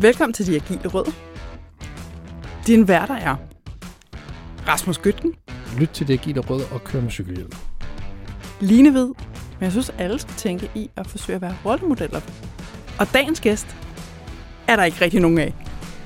Velkommen til De Agile Rødder. Din værter er Rasmus Gytgen. Lyt til De Agile Rødder og kør med cykelhjelm. Line Hvid. Men jeg synes, alle skal tænke i at forsøge at være rollemodeller. Og dagens gæst er der ikke rigtig nogen af.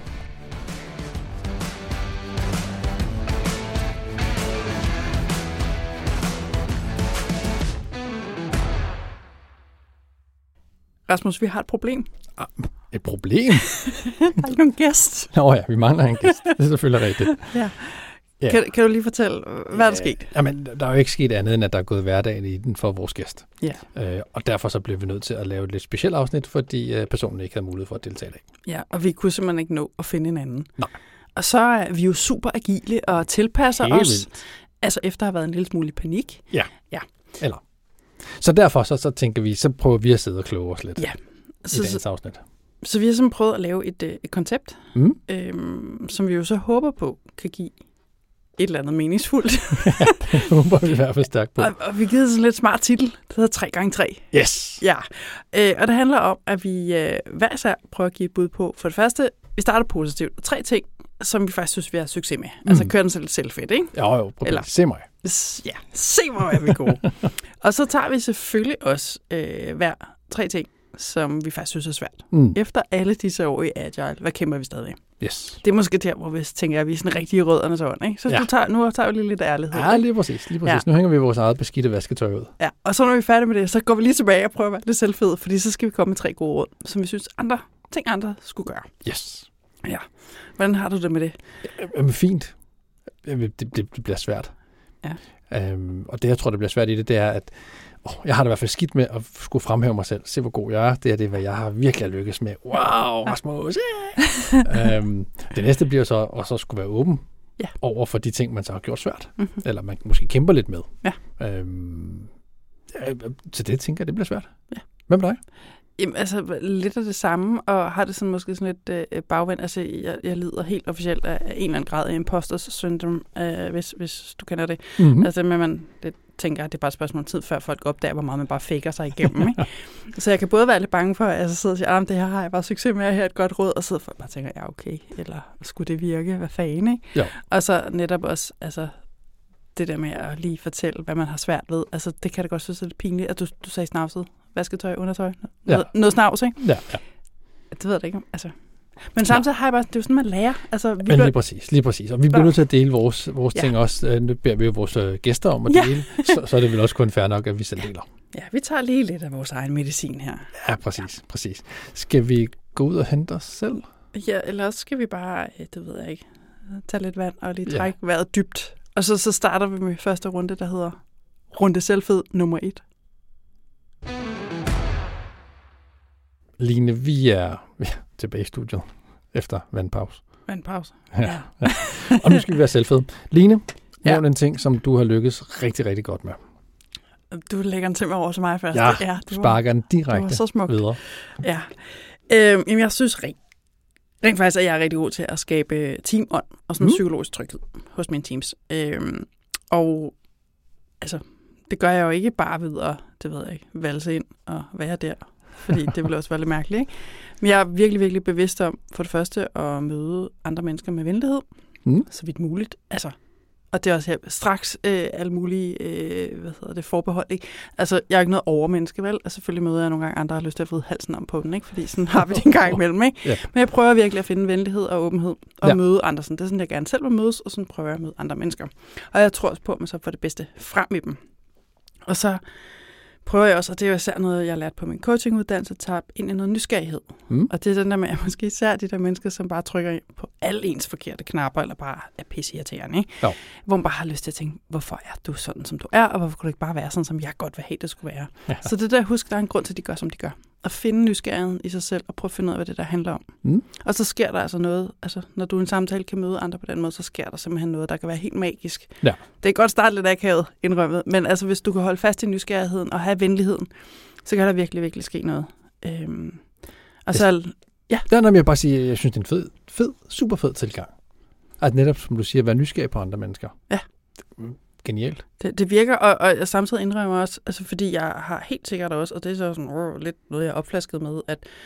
Rasmus, vi har et problem. Et problem? Der er ikke nogen gæst. Nå ja, vi mangler en gæst. Det er selvfølgelig rigtigt. Ja. Ja. Kan du lige fortælle, hvad er der sket? Jamen, der er jo ikke sket andet, end at der er gået hverdagen i den for vores gæst. Ja. Og derfor så blev vi nødt til at lave et lidt specielt afsnit, fordi personen ikke havde mulighed for at deltage i dag. Ja, og vi kunne simpelthen ikke nå at finde en anden. Nej. Og så er vi jo super agile og tilpasser Helt os. vildt. Altså efter at have været en lille smule i panik. Ja. Ja. Eller. Så derfor så tænker vi, så prøver vi at sidde og kloge os lidt Ja. i dagens afsnit. Så vi har simpelthen prøvet at lave et koncept, som vi jo så håber på kan give et eller andet meningsfuldt. Ja, det håber vi i hvert fald stærkt på. Og vi har givet sådan en lidt smart titel, det hedder 3x3. Yes! Ja, og det handler om, at vi hver især prøver at give et bud på. For det første, vi starter positivt. 3 ting, som vi faktisk synes, vi har succes med. Altså kør den selv selvfedt, ikke? Jo, prøv at se mig. Ja, se mig, er vi gode. Og så tager vi selvfølgelig også hver 3 ting, som vi faktisk synes er svært. Efter alle disse år i Agile, hvad kæmper vi stadig? Yes. Det er måske der, hvor vi tænker, at vi er sådan rigtig i røddernes ånd, ikke? Så ja. nu tager vi lige lidt ærlighed. Ja, lige præcis. Ja. Nu hænger vi vores eget beskidte vasketøj ud. Ja, og så når vi er færdige med det, så går vi lige tilbage og prøver at være lidt selvfede, fordi så skal vi komme med 3 gode råd, som vi synes andre skulle gøre. Yes. Ja. Hvordan har du det med det? Jamen, fint. Det bliver svært. Ja. Og det, jeg tror, det bliver svært i det, det er, at jeg har det i hvert fald skidt med at skulle fremhæve mig selv. Se, hvor god jeg er. Det er, hvad jeg har virkelig lykkes med. Wow, Rasmus! Yeah! Det næste bliver så at så skulle være åben over for de ting, man så har gjort svært. Mm-hmm. Eller man måske kæmper lidt med. Ja. Så det tænker jeg, det bliver svært. Ja. Hvem er dig? Jamen, altså lidt af det samme, og har det sådan måske sådan lidt bagvendt. Altså, jeg lider helt officielt af en eller anden grad af imposter syndrome, hvis du kender det. Mm-hmm. Altså, det tænker jeg, det er bare et spørgsmål om tid, før folk opdager, hvor meget man bare faker sig igennem. Ikke? Så jeg kan både være lidt bange for, at jeg sidder og siger, det her har jeg bare succes med, at her er et godt råd, og sidder folk bare og tænker, ja okay, eller skulle det virke, hvad fanden, ikke? Jo. Og så netop også, altså det der med at lige fortælle, hvad man har svært ved, altså det kan da godt synes lidt pinligt, at du sagde snavset, vasketøj, undertøj, noget snavs, ikke? Ja. Det ved jeg ikke om, altså. Men samtidig har jeg bare, det er jo sådan, man lærer. Altså, lige præcis. Og vi bliver nødt til at dele vores ting også. Nu beder vi jo vores gæster om at dele, så er det vel også kun fair nok, at vi selv deler. Ja, vi tager lige lidt af vores egen medicin her. Ja, præcis. Skal vi gå ud og hente os selv? Ja, eller også skal vi bare, det ved jeg ikke, tage lidt vand og lige trække vejret dybt. Og så starter vi med første runde, der hedder runde selvfed nummer 1. Line, vi er tilbage i studiet efter vandpause. Ja. Og nu skal vi være selvfede. Line, nævn en ting, som du har lykkes rigtig, rigtig godt med. Du lægger den til mig over til mig først. Ja, du sparker den direkte så smukt. Videre. Ja. Jamen, jeg synes rent faktisk, at jeg er rigtig god til at skabe teamånd og sådan psykologisk tryghed hos mine teams. Og altså, det gør jeg jo ikke bare ved at, det ved jeg ikke, valse ind og være der. Fordi det ville også være lidt mærkeligt, ikke? Men jeg er virkelig, virkelig bevidst om, for det første, at møde andre mennesker med venlighed, så vidt muligt. Altså, og det er også straks alle mulige, forbehold, ikke? Altså, jeg er ikke noget overmenneske, vel? Og selvfølgelig møder jeg nogle gange andre, der har lyst til at vride halsen om på den, ikke? Fordi sådan har vi det en gang imellem, ikke? Ja. Men jeg prøver virkelig at finde venlighed og åbenhed og møde andre. Sådan. Det er sådan, jeg gerne selv vil mødes, og sådan prøver jeg at møde andre mennesker. Og jeg tror også på, at man så får det bedste frem i dem. Og så prøver jeg også, og det er jo især noget, jeg har lært på min coachinguddannelse, at tage ind i noget nysgerrighed. Og det er den der med, at måske især de der mennesker, som bare trykker på alle ens forkerte knapper, eller bare er pisseirriterende, ikke? Jo. Hvor man bare har lyst til at tænke, hvorfor er du sådan, som du er, og hvorfor kunne du ikke bare være sådan, som jeg godt vil have, det skulle være. Ja. Så det der, husk, der er en grund til, at de gør, som de gør. At finde nysgerrigheden i sig selv, og prøve at finde ud af, hvad det der handler om. Og så sker der altså noget, altså når du i en samtale kan møde andre på den måde, så sker der simpelthen noget, der kan være helt magisk. Ja. Det kan godt starte lidt akavet, indrømmet, men altså hvis du kan holde fast i nysgerrigheden og have venligheden, så kan der virkelig, virkelig ske noget. Og så, ja. Der vil jeg bare sige, at jeg synes, det er en fed, super fed tilgang. At netop, som du siger, være nysgerrig på andre mennesker. Ja. Genialt. Det virker, og jeg samtidig indrømmer også, altså fordi jeg har helt sikkert også, og det er så sådan lidt noget, jeg er opflasket med, at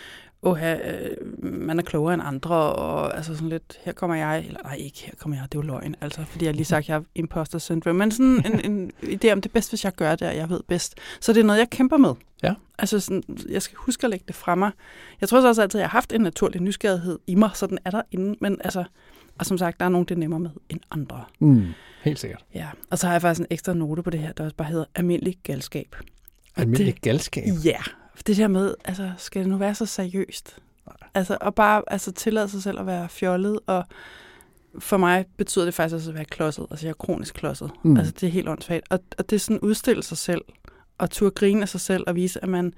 man er klogere end andre, og altså sådan lidt, her kommer jeg, eller nej, ikke her kommer jeg, det er jo løgn, altså, fordi jeg lige sagt, jeg har imposter syndrome, men sådan en idé om det er bedst, hvis jeg gør det, og jeg ved bedst. Så det er noget, jeg kæmper med. Ja. Altså, sådan, jeg skal huske at lægge det fra mig. Jeg tror også altid, at jeg har haft en naturlig nysgerrighed i mig, så den er derinde, men altså, og som sagt, der er nogen, det er nemmere med end andre. Helt sikkert. Ja, og så har jeg faktisk en ekstra note på det her, der også bare hedder almindelig galskab. Almindelig galskab? Ja, det der med, altså, skal det nu være så seriøst? Nej. Altså, og bare tillade sig selv at være fjollet, og for mig betyder det faktisk også at være klodset. Altså, jeg er kronisk klodset. Altså, det er helt åndssvagt. Og det er sådan udstille sig selv, og turde grine af sig selv, og vise, at man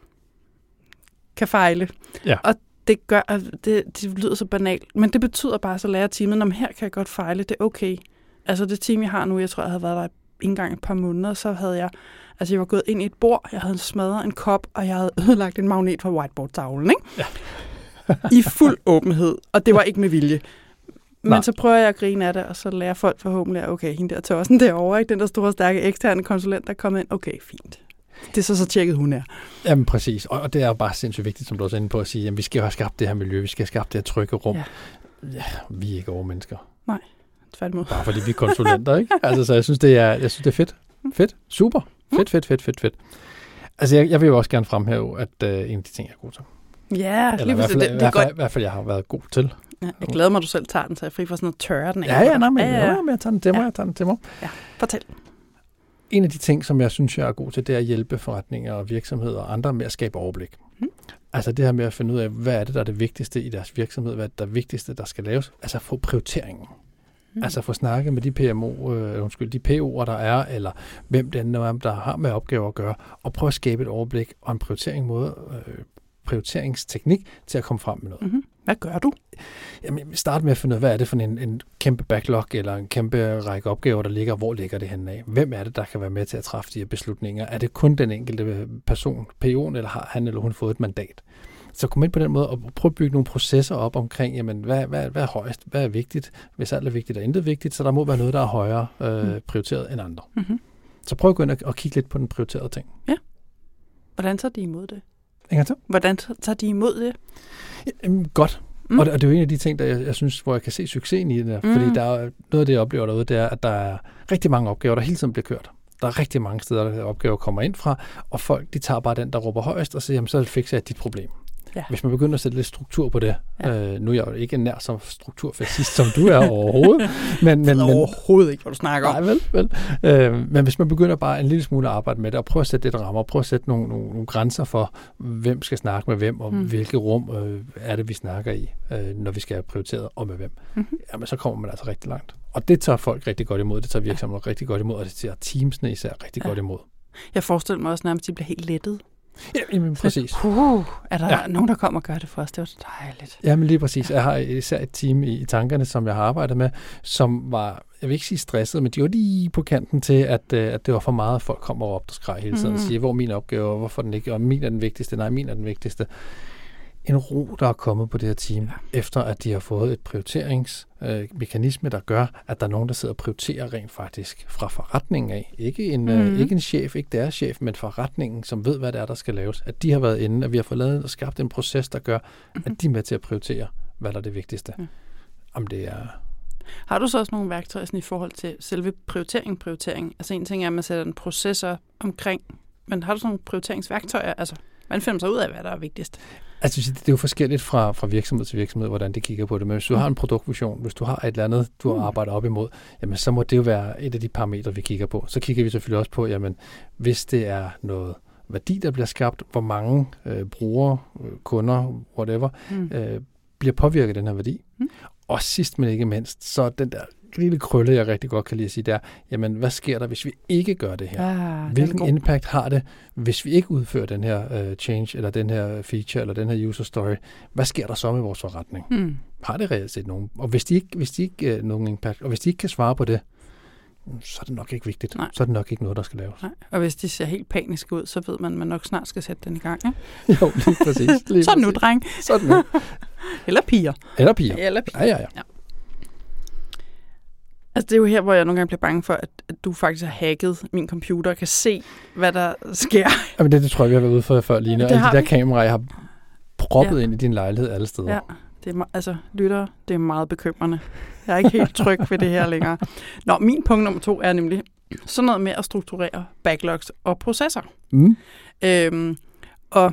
kan fejle. Ja. Og det gør, det lyder så banalt, men det betyder bare, så lærer teamet, om her kan jeg godt fejle, det er okay. Altså, det team, jeg har nu, jeg tror, jeg havde været der ikke engang et par måneder, så havde jeg, altså jeg var gået ind i et bord, jeg havde smadret en kop, og jeg havde ødelagt en magnet fra whiteboard-tavlen, ikke? Ja. I fuld åbenhed, og det var ikke med vilje. Men så prøver jeg at grine af det, og så lærer folk forhåbentlig, at okay, hende der tørsen derovre, ikke? Den der store, stærke, eksterne konsulent, der er kommet ind, okay, fint. Det er så tjekket, hun er. Jamen præcis, og det er jo bare sindssygt vigtigt, som du også er inde på at sige, at vi skal jo have skabt det her miljø, vi skal have skabt det her trygge rum. Ja, vi er ikke overmennesker. Nej. Tværtimod. Bare fordi vi er konsulenter, ikke? Altså, så jeg synes, det er fedt. Fedt. Super. Fedt. Altså, jeg vil jo også gerne fremhæve, at en af de ting, jeg er god til. Ja, lige præcis. Det er godt. I hvert fald, jeg har været god til. Ja, jeg glæder mig, at du selv tager den, så jeg er fri for sådan at tørre den af. Men jeg tager den til mig. Ja, fortæl. En af de ting, som jeg synes, jeg er god til, det er at hjælpe forretninger og virksomheder og andre med at skabe overblik. Altså det her med at finde ud af, hvad er det, der er det vigtigste i deres virksomhed, hvad er det, der er vigtigste, der skal laves. Altså få prioriteringen. Altså få snakket med de de PO'er, der er, eller hvem den er, der har med opgaver at gøre, og prøve at skabe et overblik og en prioriteringsteknik til at komme frem med noget. Hvad gør du? Jamen, start med at finde ud af, hvad er det for en kæmpe backlog, eller en kæmpe række opgaver, der ligger, hvor ligger det henne af? Hvem er det, der kan være med til at træffe de her beslutninger? Er det kun den enkelte person, PO'en, eller har han eller hun fået et mandat? Så kom ind på den måde og prøv at bygge nogle processer op omkring, jamen, hvad er højest, hvad er vigtigt? Hvis alt er vigtigt og intet vigtigt, så der må være noget, der er højere prioriteret end andre. Så prøv at gå ind og kigge lidt på den prioriterede ting. Ja. Hvordan tager de imod det? Hvordan tager de imod det? Godt. Og det er jo en af de ting, der jeg synes, hvor jeg kan se succesen i det der. Fordi der er noget af det, jeg oplever derude, det er, at der er rigtig mange opgaver, der hele tiden bliver kørt. Der er rigtig mange steder, der opgaver kommer ind fra, og folk, de tager bare den, der råber højst, og siger, jamen, så fikser jeg dit problem. Ja. Hvis man begynder at sætte lidt struktur på det, nu er jeg jo ikke nær så strukturfascist, som du er overhovedet. Men overhovedet ikke, hvad du snakker om. Nej, vel. Men hvis man begynder bare en lille smule at arbejde med det, og prøve at sætte lidt rammer, og prøve at sætte nogle grænser for, hvem skal snakke med hvem, og hvilke rum er det, vi snakker i, når vi skal have prioriteret, og med hvem, jamen så kommer man altså rigtig langt. Og det tager folk rigtig godt imod, det tager virksomheder rigtig godt imod, og det tager teamsene især rigtig godt imod. Jeg forestiller mig også nærmest, at de bliver helt lettet. Jamen, præcis. Er der nogen, der kommer og gør det for os? Det var så dejligt. Jamen lige præcis. Jeg har især et team i tankerne, som jeg har arbejdet med, som var, jeg vil ikke sige stresset, men de var lige på kanten til, at det var for meget, at folk kommer op og skreg hele tiden og siger, hvor er min opgave, hvorfor den ikke, og min er den vigtigste, nej, min er den vigtigste. En ro, der er kommet på det her team, efter at de har fået et prioriteringsmekanisme, der gør, at der er nogen, der sidder og prioriterer rent faktisk fra forretningen af. Ikke en chef, ikke deres chef, men forretningen, som ved, hvad det er, der skal laves. At de har været inde, at vi har fået lavet og skabt en proces, der gør, at de er med til at prioritere, hvad der er det vigtigste. Om det er... Har du så også nogle værktøjer sådan, i forhold til selve prioritering? Altså en ting er, at man sætter en processor omkring, men har du sådan nogle prioriteringsværktøjer? Altså, man finder sig ud af, hvad der er vigtigst. Altså, det er jo forskelligt fra virksomhed til virksomhed, hvordan det kigger på det. Men hvis du har en produktvision, hvis du har et eller andet, du arbejder op imod, jamen, så må det jo være et af de parametre, vi kigger på. Så kigger vi selvfølgelig også på, jamen, hvis det er noget værdi, der bliver skabt, hvor mange brugere, kunder, whatever, bliver påvirket af den her værdi. Og sidst, men ikke mindst, så den der lille krølle, jeg rigtig godt kan lide at sige, der, jamen, hvad sker der, hvis vi ikke gør det her? Hvilken impact har det, hvis vi ikke udfører den her change, eller den her feature, eller den her user story? Hvad sker der så med vores forretning? Har det reelt set nogen? Og hvis de ikke nogen impact, og hvis de ikke kan svare på det, så er det nok ikke vigtigt. Nej. Så er det nok ikke noget, der skal laves. Nej. Og hvis de ser helt paniske ud, så ved man, at man nok snart skal sætte den i gang. Ja? Jo, lige præcis. Sådan nu, dreng. Sådan nu. Eller piger. Ja. Altså, det er jo her, hvor jeg nogle gange bliver bange for, at du faktisk har hacket min computer og kan se, hvad der sker. Jamen, det tror jeg, vi har været ude for før, Line. Og de der kameraer, jeg har proppet ind i din lejlighed alle steder. Ja, det er, lyttere, det er meget bekymrende. Jeg er ikke helt tryg ved det her længere. Nå, min punkt nummer 2 er nemlig sådan noget med at strukturere backlogs og processer. Og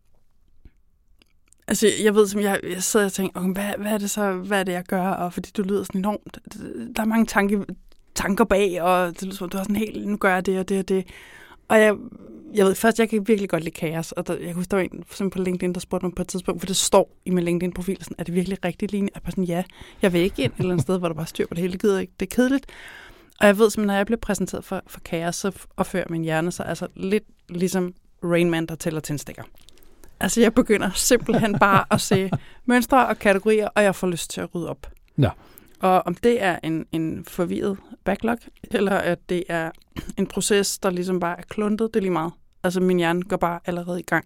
altså, jeg ved, som jeg sidder og tænker, hvad er det så, hvad er det, jeg gør? Og fordi du lyder sådan enormt, der er mange tanker bag, og det lyder som, du har sådan helt, nu gør jeg det og det og det. Og jeg ved først, jeg kan virkelig godt lide kaos, og jeg kunne huske, der var en på LinkedIn, der spurgte mig på et tidspunkt, for det står i min LinkedIn-profil, sådan, er det virkelig rigtig linje? Og jeg sådan, ja, jeg vil ikke ind et eller andet sted, hvor der bare styr på det hele, det gider ikke, det er kedeligt. Og jeg ved simpelthen, når jeg bliver præsenteret for kaos, så opfører min hjerne sig altså lidt ligesom Rain Man, der tæller tændstikker. Altså, jeg begynder simpelthen bare at se mønstre og kategorier, og jeg får lyst til at rydde op. Ja. Og om det er en forvirret backlog, eller at det er en proces, der ligesom bare er kluntet, det er lige meget. Altså, min hjerne går bare allerede i gang.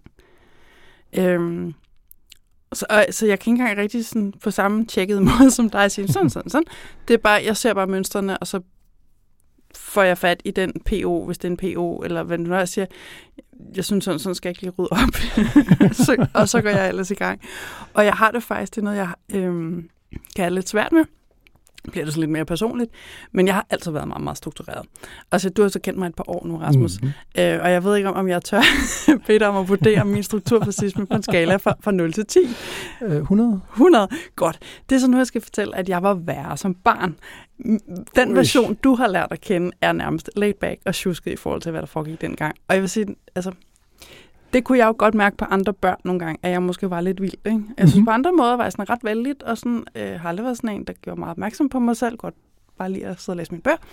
Så jeg kan ikke engang rigtig sådan på samme tjekket måde som dig sige, sådan. Det er bare, jeg ser bare mønstrene, og så får jeg fat i den PO, hvis det er en PO, eller hvad nu jeg siger, jeg synes sådan skal jeg ikke lige rydde op. og så går jeg ellers i gang. Og jeg har det faktisk, det er noget, jeg kan have lidt svært med. Bliver det så lidt mere personligt. Men jeg har altid været meget, meget struktureret. Altså, du har så kendt mig et par år nu, Rasmus. Og jeg ved ikke, om jeg tør bede dig om at vurdere min strukturfascisme på en skala fra 0 til 10. 100. 100. Godt. Det er så nu, jeg skal fortælle, at jeg var værre som barn. Den version, du har lært at kende, er nærmest laid back og tjusket i forhold til, hvad der foregik dengang. Og jeg vil sige, altså, det kunne jeg jo godt mærke på andre børn nogle gange, at jeg måske var lidt vild. Ikke? Jeg synes på andre måder var jeg sådan ret vældigt, og sådan, har aldrig været sådan en, der gjorde meget opmærksom på mig selv. Godt bare lige at sidde og læse mine bøger.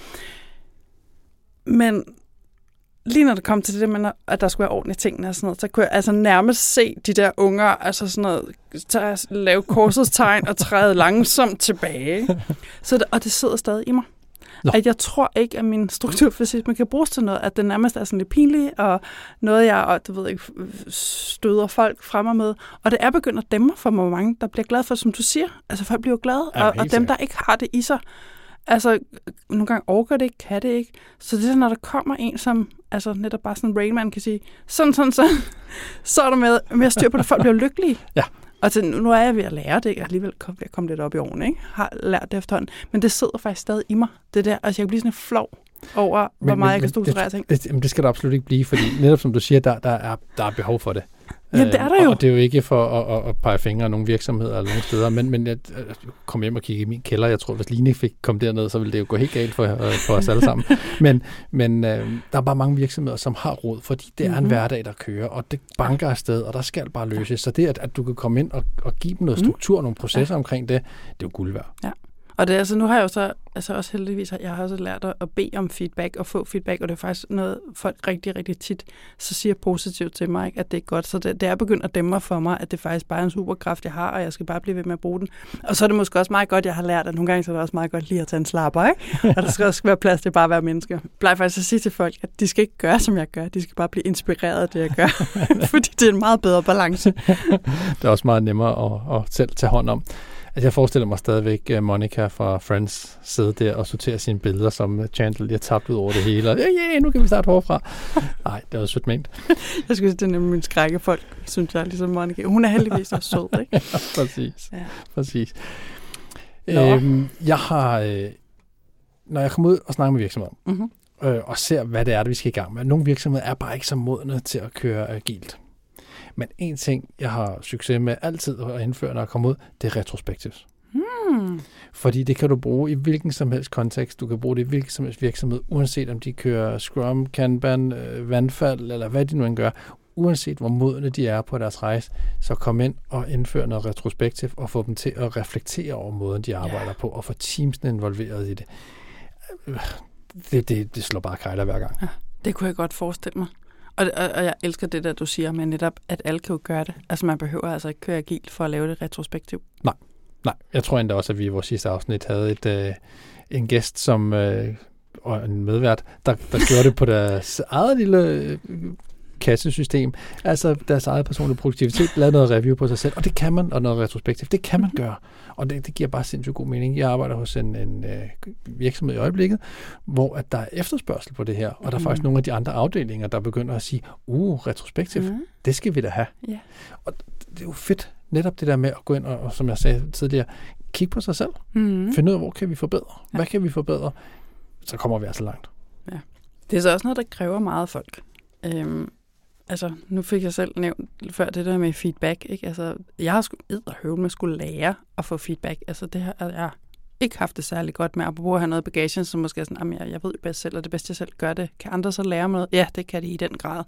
Men lige når det kom til det med, at der skulle være ordentlige tingene og sådan noget, så kunne jeg altså nærmest se de der unger, altså sådan noget, lave korsets tegn og træde langsomt tilbage. Og det sidder stadig i mig. At jeg tror ikke, at min strukturfascisme kan bruges til noget, at det nærmest er sådan lidt pinligt, og noget, jeg støder folk frem med. Og det er begyndt at dæmme for mig, hvor mange, der bliver glade for, som du siger. Altså, folk bliver jo glade, og dem, der ikke har det i sig, altså, nogle gange orker det ikke, kan det ikke. Så det er, når der kommer en, som altså netop bare sådan en Rain Man kan sige, så er der med styr på det, folk bliver lykkelige. Ja. Og nu er jeg ved at lære det, jeg alligevel kom lidt op i årene, ikke? Har lært det efterhånden, men det sidder faktisk stadig i mig, det der, altså jeg kan blive sådan flov over, hvor meget jeg kan strukturere ting. Det skal der absolut ikke blive, fordi netop som du siger, der er behov for det. Ja, det er der jo. Og det er jo ikke for at pege fingre af nogle virksomheder eller nogle steder, men jeg kom hjem og kiggede i min kælder. Jeg tror, hvis Line fik komme derned, så ville det jo gå helt galt for os alle sammen. Men der er bare mange virksomheder, som har råd, fordi det er en hverdag, der kører, og det banker afsted, og der skal bare løses. Så det, at du kan komme ind og give dem noget struktur, nogle processer omkring det, det er jo guld værd. Ja. Og det, altså, nu har jeg jo så også heldigvis, jeg har også lært at bede om feedback og få feedback, og det er faktisk noget, folk rigtig, rigtig tit så siger positivt til mig, ikke, at det er godt. Så det er begyndt at dæmme for mig, at det faktisk bare er en superkraft, jeg har, og jeg skal bare blive ved med at bruge den. Og så er det måske også meget godt, jeg har lært, at nogle gange så er det også meget godt lige at tage en slapper, ikke? Og der skal også være plads til bare at være menneske. Jeg plejer faktisk at sige til folk, at de skal ikke gøre, som jeg gør. De skal bare blive inspireret af det, jeg gør. Fordi det er en meget bedre balance. Det er også meget nemmere at selv tage hånd om. Altså, jeg forestiller mig stadigvæk Monica fra Friends sidde der og sortere sine billeder, som Chandler lige har tabt ud over det hele. Og nu kan vi starte forfra. Nej, det er også sødt ment. Jeg skulle sige, det er nemlig min skrække. Folk synes, jeg er ligesom Monica. Hun er heldigvis også sød, ikke? Ja, præcis. Ja. Præcis. Jeg har, når jeg kommer ud og snakker med virksomheder, og ser, hvad det er, vi skal i gang med. Nogle virksomheder er bare ikke så modne til at køre agilt. Men en ting, jeg har succes med altid at indføre, når jeg kommer ud, det er retrospektivs. Fordi det kan du bruge i hvilken som helst kontekst. Du kan bruge det i hvilken som helst virksomhed, uanset om de kører Scrum, Kanban, vandfald, eller hvad de nu end gør. Uanset hvor modne de er på deres rejse, så kom ind og indfør noget retrospektiv og få dem til at reflektere over måden, de arbejder på, og få teamsene involveret i det. Det slår bare kejler hver gang. Ja, det kunne jeg godt forestille mig. Og jeg elsker det der, du siger, men netop, at alle kan jo gøre det. Altså, man behøver altså ikke køre agilt for at lave det retrospektivt. Nej. Jeg tror endda også, at vi i vores sidste afsnit havde en gæst, som og en medvært, der gjorde det på deres eget lille kassesystem. Altså, deres eget personlige produktivitet, lavede noget review på sig selv, og det kan man, og noget retrospektivt, det kan man gøre. Og det giver bare sindssygt god mening. Jeg arbejder hos en virksomhed i øjeblikket, hvor at der er efterspørgsel på det her, og der er faktisk nogle af de andre afdelinger, der begynder at sige, retrospektiv, det skal vi da have. Yeah. Og det er jo fedt, netop det der med at gå ind og som jeg sagde tidligere, kigge på sig selv. Finde ud af, hvor kan vi forbedre? Hvad kan vi forbedre? Så kommer vi altså langt. Ja. Det er så også noget, der kræver meget folk. Altså, nu fik jeg selv nævnt før det der med feedback, ikke? Altså, jeg har sgu edderhøvlet med skulle lære at få feedback. Altså, det har jeg ikke haft det særlig godt med. Apropos at have noget bagage, som måske er sådan, jamen, jeg ved jo bedst selv, og det bedste jeg selv gør det. Kan andre så lære mig noget? Ja, det kan de i den grad.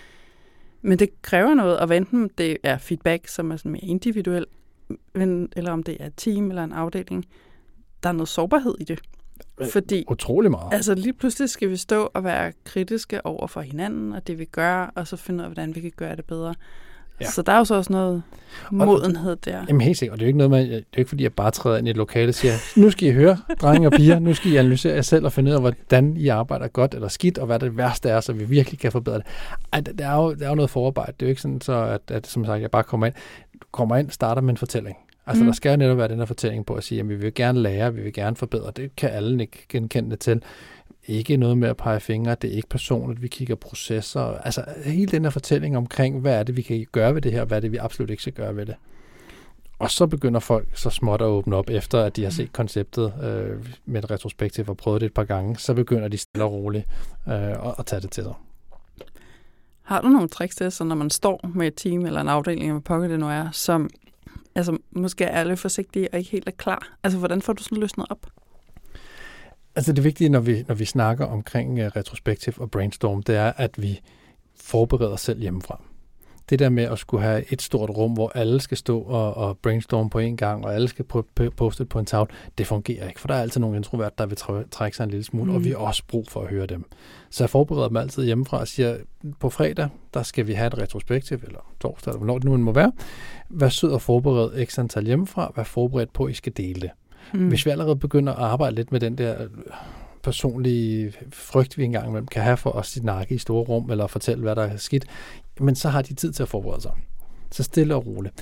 Men det kræver noget, og enten det er feedback, som er sådan mere individuel, eller om det er et team eller en afdeling, der er noget sårbarhed i det. Fordi, utrolig meget. Altså lige pludselig skal vi stå og være kritiske over for hinanden, og det vi gør, og så finde ud af, hvordan vi kan gøre det bedre. Ja. Så der er jo så også noget modenhed der. Jamen helt sikkert, og det er jo ikke noget med, det er jo ikke fordi, jeg bare træder ind i et lokale og siger, nu skal I høre, drenge og piger, nu skal I analysere jer selv og finde ud af, hvordan I arbejder godt eller skidt, og hvad det værste er, så vi virkelig kan forbedre det. Ej, der er jo noget forarbejde. Det er jo ikke sådan, så at som sagt, jeg bare kommer ind, starter med en fortælling. Altså, der skal jo netop være den her fortælling på at sige, at vi vil gerne lære, vi vil gerne forbedre. Det kan alle ikke genkende det til. Ikke noget med at pege fingre, det er ikke personligt, vi kigger processer. Altså, hele den her fortælling omkring, hvad er det, vi kan gøre ved det her, hvad er det, vi absolut ikke skal gøre ved det. Og så begynder folk så småt at åbne op, efter at de har set konceptet med et retrospektiv og prøvet det et par gange. Så begynder de stille og roligt at tage det til sig. Har du nogle tricks til, så når man står med et team eller en afdeling, hvad pokker det nu er, som altså, måske er lidt forsigtige og ikke helt er klar? Altså, hvordan får du sådan løsnet op? Altså, det vigtige, når vi snakker omkring retrospektiv og brainstorm, det er, at vi forbereder os selv hjemmefra. Det der med at skulle have et stort rum, hvor alle skal stå og brainstorme på en gang, og alle skal poste på en tavle, det fungerer ikke, for der er altid nogle introvert, der vil trække sig en lille smule, og vi har også brug for at høre dem. Så jeg forbereder dem altid hjemmefra og siger, på fredag, der skal vi have et retrospektiv, eller torsdag, eller hvornår det nu må være. Vær sød og forbered x antal hjemmefra, vær forberedt på, at I skal dele det. Hvis vi allerede begynder at arbejde lidt med den der personlige frygt, vi engang imellem kan have for os at snakke i store rum, eller fortælle, hvad der er skidt, men så har de tid til at forberede sig. Så stille og roligt.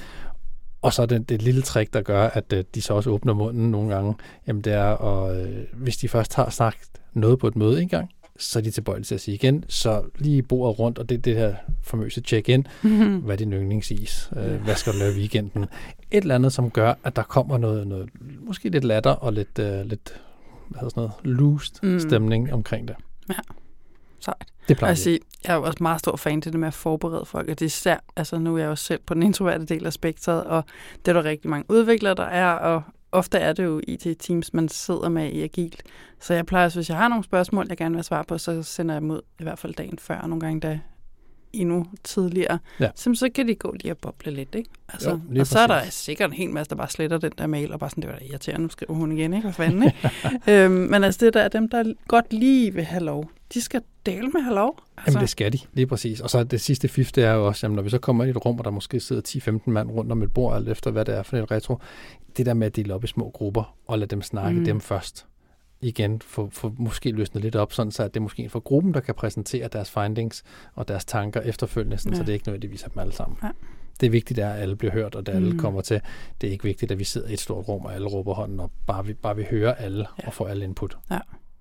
Og så er det lille trick, der gør, at de så også åbner munden nogle gange, jamen det er, at hvis de først har sagt noget på et møde en gang, så er de tilbøjelige til at sige igen, så lige bordet rundt, og det her famøse check-in, hvad er din yndlingsis, hvad skal du lave i weekenden, et eller andet, som gør, at der kommer noget måske lidt latter og lidt hvad hedder sådan noget, loosed stemning omkring det. Ja, sejt. Det plejer jeg. Jeg er jo også meget stor fan til det med at forberede folk, og det er især, altså nu er jeg jo selv på den introverte del af spektret, og det er der rigtig mange udviklere, der er, og ofte er det jo IT-teams, man sidder med i Agilt. Så jeg plejer, hvis jeg har nogle spørgsmål, jeg gerne vil svare på, så sender jeg dem ud i hvert fald dagen før, nogle gange da endnu tidligere. Ja. Så kan de gå lige og boble lidt, ikke? Altså, jo, og så er der sikkert en hel masse, der bare sletter den der mail, og bare sådan, det var da irriterende, nu skriver hun igen, ikke? Hvad fanden, ikke? Men altså, det der er dem, der godt lige vil have lov. De skal dele med have lov. Altså. Jamen, det skal de, lige præcis. Og så det sidste fif, det er jo også, jamen, når vi så kommer ind i et rum, og der måske sidder 10-15 mand rundt om et bord, alt efter hvad det er for et retro, det der med at dele op i små grupper, og lade dem snakke dem først. Igen, få måske løsnet lidt op, sådan så at det er måske for gruppen, der kan præsentere deres findings og deres tanker efterfølgende, så det er ikke nødvendigvis dem alle sammen. Ja. Det er vigtigt, at alle bliver hørt, og at alle kommer til. Det er ikke vigtigt, at vi sidder i et stort rum, og alle råber hånden op. Bare vi hører alle og får alle input. Ja.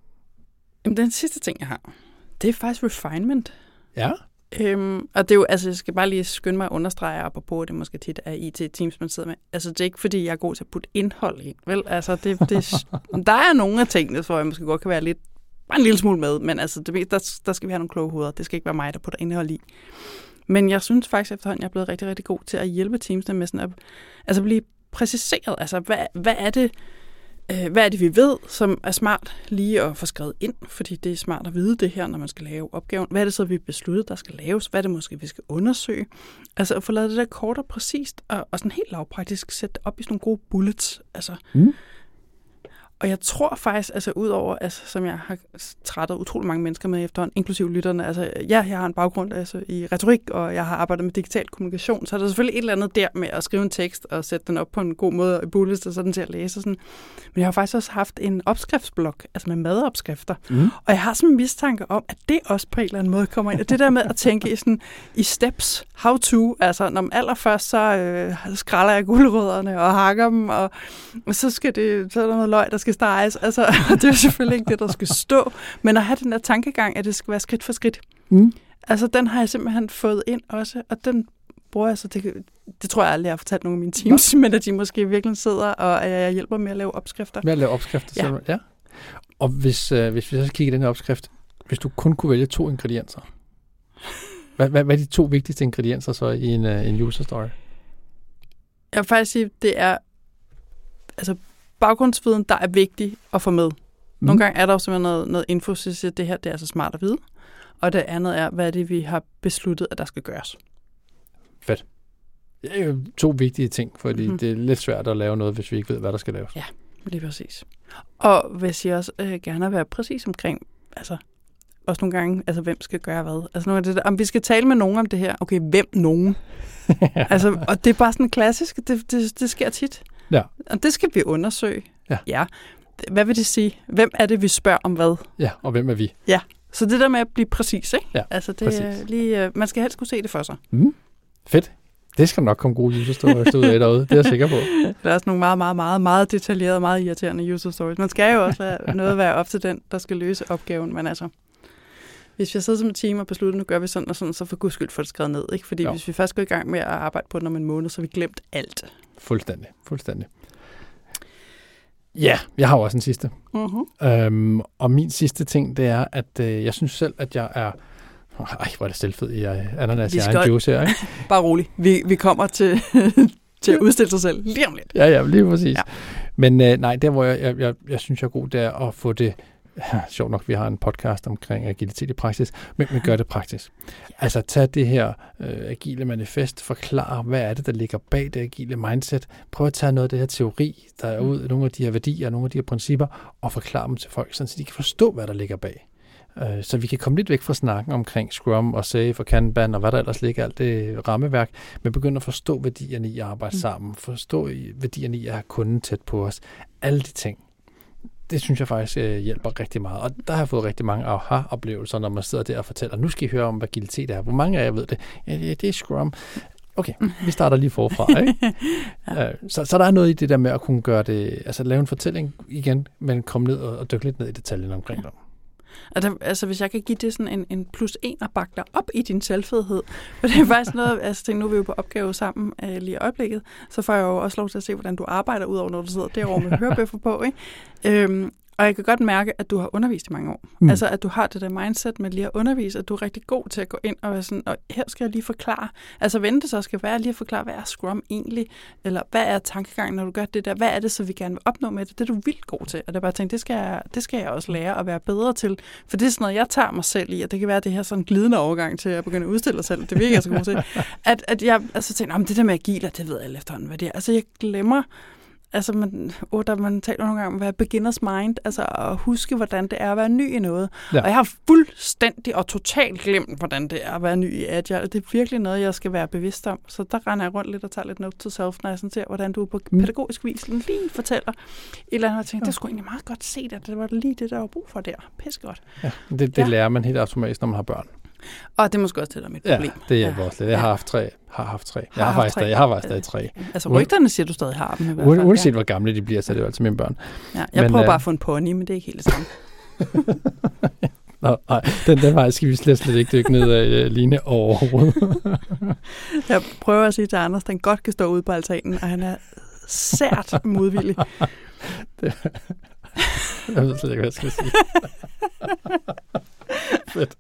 Jamen, den sidste ting, jeg har, det er faktisk refinement. Ja. Og det er jo, altså jeg skal bare lige skynde mig at understrege op og på, det måske tit er IT-teams, man sidder med. Altså det er ikke, fordi jeg er god til at putte indhold i, vel? Altså der er nogle af tingene, hvor jeg måske godt kan være lidt, bare en lille smule med, men altså der skal vi have nogle kloge hoveder. Det skal ikke være mig, der putter indhold i. Men jeg synes faktisk efterhånden, jeg er blevet rigtig, rigtig god til at hjælpe teamsene med sådan at blive præciseret. Altså hvad er det, hvad er det, vi ved, som er smart lige at få skrevet ind, fordi det er smart at vide det her, når man skal lave opgaven. Hvad er det så, vi beslutter, der skal laves? Hvad er det måske, vi skal undersøge? Altså at få lavet det der kort og præcist, og sådan helt lavpraktisk sætte op i sådan nogle gode bullets. Altså. Og jeg tror faktisk, altså udover, altså, som jeg har trættet utrolig mange mennesker med efterhånden, inklusive lytterne, altså jeg har en baggrund altså, i retorik, og jeg har arbejdet med digital kommunikation, så er der selvfølgelig et eller andet der med at skrive en tekst og sætte den op på en god måde i bullets, og så den til at læse. Sådan. Men jeg har faktisk også haft en opskriftsblog, altså med madopskrifter, og jeg har sådan en mistanke om, at det også på en eller anden måde kommer ind. Og det der med at tænke i steps, how to, altså når man allerførst så skræller jeg gulerødderne og hakker dem, og så er der noget løg, der skal steges. Altså, det er selvfølgelig ikke det, der skal stå, men at have den der tankegang, at det skal være skridt for skridt. Altså, den har jeg simpelthen fået ind også, og den bruger jeg så. Det tror jeg aldrig, jeg har fortalt nogle af mine teams, men at de måske virkelig sidder, og jeg hjælper med at lave opskrifter. Med at lave opskrifter? Ja. Og hvis vi så kigger i den her opskrift, hvis du kun kunne vælge 2 ingredienser, hvad er de 2 vigtigste ingredienser så i en user story? Jeg vil faktisk sige, det er baggrundsviden, der er vigtig at få med. Nogle gange er der jo simpelthen noget info, så siger, det her det er så smart at vide. Og det andet er, hvad er det, vi har besluttet, at der skal gøres. Fedt. Det er jo 2 vigtige ting, fordi det er lidt svært at lave noget, hvis vi ikke ved, hvad der skal laves. Ja, lige præcis. Og hvis jeg også gerne være præcis omkring, også nogle gange, hvem skal gøre hvad. Nogle af det der, om vi skal tale med nogen om det her. Okay, hvem nogen? Og det er bare sådan klassisk, det sker tit. Ja. Og det skal vi undersøge. Ja. Hvad vil det sige? Hvem er det, vi spørger om hvad? Ja, og hvem er vi? Ja, så det der med at blive præcis, ikke? Ja, det er lige, man skal helst kunne se det for sig. Fedt. Det skal nok komme gode user stories ud af derude, det er jeg sikker på. Der er også nogle meget, meget, meget, meget detaljerede og meget irriterende user stories. Man skal jo også være op til den, der skal løse opgaven, men hvis jeg sidder som et team og beslutter, nu gør vi sådan og sådan, så for guds skyld får det skrevet ned, ikke? Fordi hvis vi først går i gang med at arbejde på den om en måned, så har vi glemt alt. Fuldstændig. Ja, jeg har også en sidste. Og min sidste ting, det er, at jeg synes selv, at jeg er... hvor er det selvfed i ananas i egen juice her, ikke? Bare rolig. Vi kommer til at udstille sig selv lige om lidt. Ja, lige præcis. Ja. Men nej, der hvor jeg synes, jeg er god, det er at få det... Sjovt nok, vi har en podcast omkring agilitet i praksis, men gør det praktisk. Altså tag det her agile manifest, forklar, hvad er det, der ligger bag det agile mindset. Prøv at tage noget af det her teori, der er ud, nogle af de her værdier, nogle af de her principper, og forklare dem til folk, så de kan forstå, hvad der ligger bag. Så vi kan komme lidt væk fra snakken omkring Scrum og Safe og Kanban og hvad der ellers ligger, alt det rammeværk, men begynde at forstå værdierne i at arbejde sammen, forstå værdierne i at have kunden tæt på os, alle de ting. Det synes jeg faktisk hjælper rigtig meget. Og der har jeg fået rigtig mange aha-oplevelser, når man sidder der og fortæller, nu skal I høre om, hvad agilitet er. Hvor mange af jer ved det? Ja, det er Scrum. Okay, vi starter lige forfra, ikke? Så der er noget i det der med at kunne gøre det, lave en fortælling igen, men komme ned og dykke lidt ned i detaljen omkring dem. Og hvis jeg kan give det sådan en +1 og bakke dig op i din selvfedhed, for det er faktisk noget, nu er vi jo på opgave sammen lige i øjeblikket, så får jeg jo også lov til at se, hvordan du arbejder, udover når du sidder derovre med hørebøffer på, ikke? Og jeg kan godt mærke, at du har undervist i mange år. At du har det der mindset med lige at undervise, at du er rigtig god til at gå ind og være sådan, og her skal jeg lige forklare. Vente så skal være lige at forklare, hvad er Scrum egentlig? Eller hvad er tankegangen, når du gør det der? Hvad er det, så vi gerne vil opnå med det? Det er du vildt god til. Og det er bare tænkt, det skal jeg også lære at være bedre til. For det er sådan noget, jeg tager mig selv i, og det kan være det her sådan glidende overgang til at begynde at udstille dig selv. Det virker jeg så god til. At jeg tænker, det der med agil, det ved jeg efterhånden, hvad det er. Jeg glemmer... man taler nogle gange om at være beginners mind, at huske, hvordan det er at være ny i noget. Ja. Og jeg har fuldstændig og totalt glemt, hvordan det er at være ny i Agile. Det er virkelig noget, jeg skal være bevidst om. Så der render jeg rundt lidt og tager lidt note to self, når jeg ser, hvordan du på pædagogisk vis lige fortæller et eller andet. Og jeg tænker, det skulle egentlig meget godt se det var lige det, der var brug for der. Pisse godt. Ja, det lærer man helt automatisk, når man har børn. Og det er måske også det, der er mit problem. Ja, det hjælper også lidt. Jeg har haft 3. Jeg har faktisk stadig 3. Rygterne siger, du stadig har dem i hvert fald. Uanset hvor gamle de bliver, så er det jo altid mine børn. Ja, jeg prøver bare at få en pony, men det er ikke helt det samme. Nej, den vej skal vi slet ikke dykke ned af, Line, overhovedet. Jeg prøver at sige til Anders, at han godt kan stå ude på altanen, og han er sært modvillig. Jeg ved slet ikke, hvad jeg skal sige. Fedt.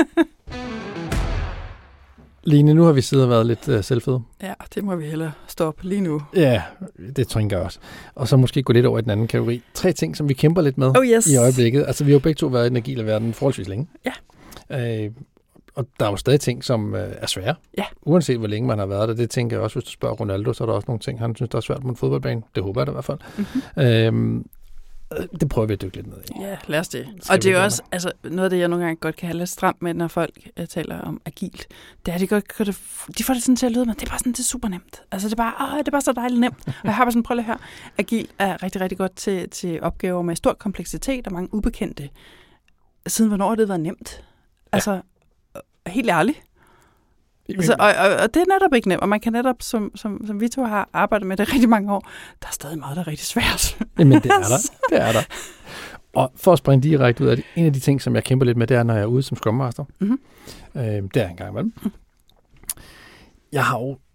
Line, nu har vi siddet og været lidt selvfede. Ja, det må vi hellere stoppe lige nu. Ja, det tænker jeg også. Og så måske gå lidt over i den anden kategori. 3 ting, som vi kæmper lidt med i øjeblikket. Vi har jo begge to været i den agile verden forholdsvis længe. Ja. Og der er jo stadig ting, som er svære. Ja. Uanset hvor længe man har været der. Det tænker jeg også, hvis du spørger Ronaldo, så er der også nogle ting, han synes, der er svært på en fodboldbane. Det håber jeg da i hvert fald. Mm-hmm. Det prøver vi at dykke lidt ned i. Ja, lad os det. Og det er jo også noget af det, jeg nogle gange godt kan have lidt stramt med, når folk taler om agilt. Det er, de får det sådan til at lyde, men det er bare sådan, det er super nemt. Det er bare så dejligt nemt. Og jeg har bare sådan, prøv lige her. Agil er rigtig, rigtig godt til opgaver med stor kompleksitet og mange ubekendte. Siden hvornår har det været nemt? Helt ærligt. Og det er netop ikke nemt, og man kan netop, som vi to har arbejdet med det rigtig mange år, der er stadig meget, der er rigtig svært. Jamen, det er der. Og for at springe direkte ud af det, en af de ting, som jeg kæmper lidt med, det er, når jeg er ude som Scrum Master. Mm-hmm. Det er en gang imellem. Jeg har jo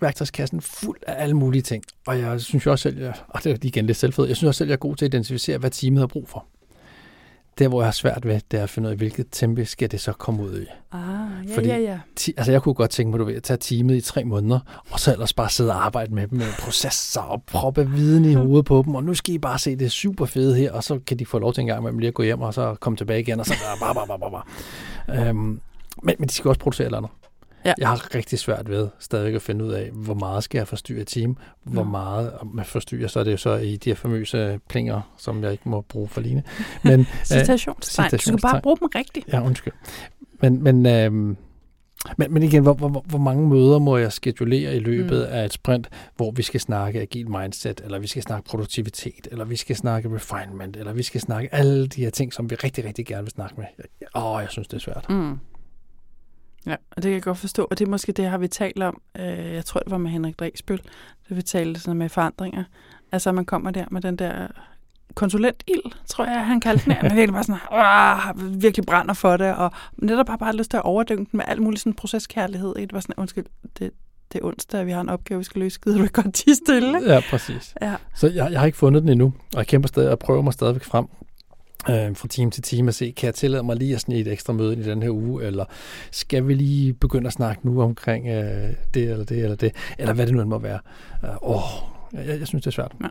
værktøjskassen fuld af alle mulige ting. Og jeg synes jo også selv, det er igen lidt selvfed, jeg synes også selv, jeg er god til at identificere, hvad teamet har brug for. Der, hvor jeg har svært ved, det er at finde ud af, hvilket tempo skal det så komme ud i. Fordi, altså jeg kunne godt tænke mig, at tage teamet i 3 måneder, og så ellers bare sidde og arbejde med dem med processer og proppe viden i hovedet på dem, og nu skal I bare se det super fede her, og så kan de få lov til en gang med dem lige at gå hjem, og så komme tilbage igen, og så men de skal også producere et eller andet. Ja. Jeg har rigtig svært ved stadigvæk at finde ud af, hvor meget skal jeg forstyrre et team, hvor meget man forstyrrer, så er det jo så i de her famøse plinger, som jeg ikke må bruge for Line. Men citationstegn. Du skal bare bruge dem rigtigt. Ja, undskyld. Men igen, hvor mange møder må jeg skedulere i løbet af et sprint, hvor vi skal snakke agil mindset, eller vi skal snakke produktivitet, eller vi skal snakke refinement, eller vi skal snakke alle de her ting, som vi rigtig, rigtig gerne vil snakke med. Jeg synes, det er svært. Ja, og det kan jeg godt forstå, og det er måske det, har vi talt om. Jeg tror, det var med Henrik Dræsbøl, det vi talte sådan med forandringer. Altså, man kommer der med den der konsulentild, tror jeg, han kaldte den. Man virkelig bare sådan, virkelig brænder for det, og netop bare lyst til at overdynge den med alt muligt sådan proceskærlighed. Det var sådan, undskyld, det er onsdag, vi har en opgave, vi skal løse. Gider du ikke godt tie stille? Ja, præcis. Ja. Så jeg har ikke fundet den endnu, og jeg kæmper stadig og prøver mig stadigvæk frem. Fra team til team at se, kan jeg tillade mig lige at snige et ekstra møde i den her uge, eller skal vi lige begynde at snakke nu omkring det eller det eller det, eller hvad det nu end må være. Jeg synes, det er svært. Ja.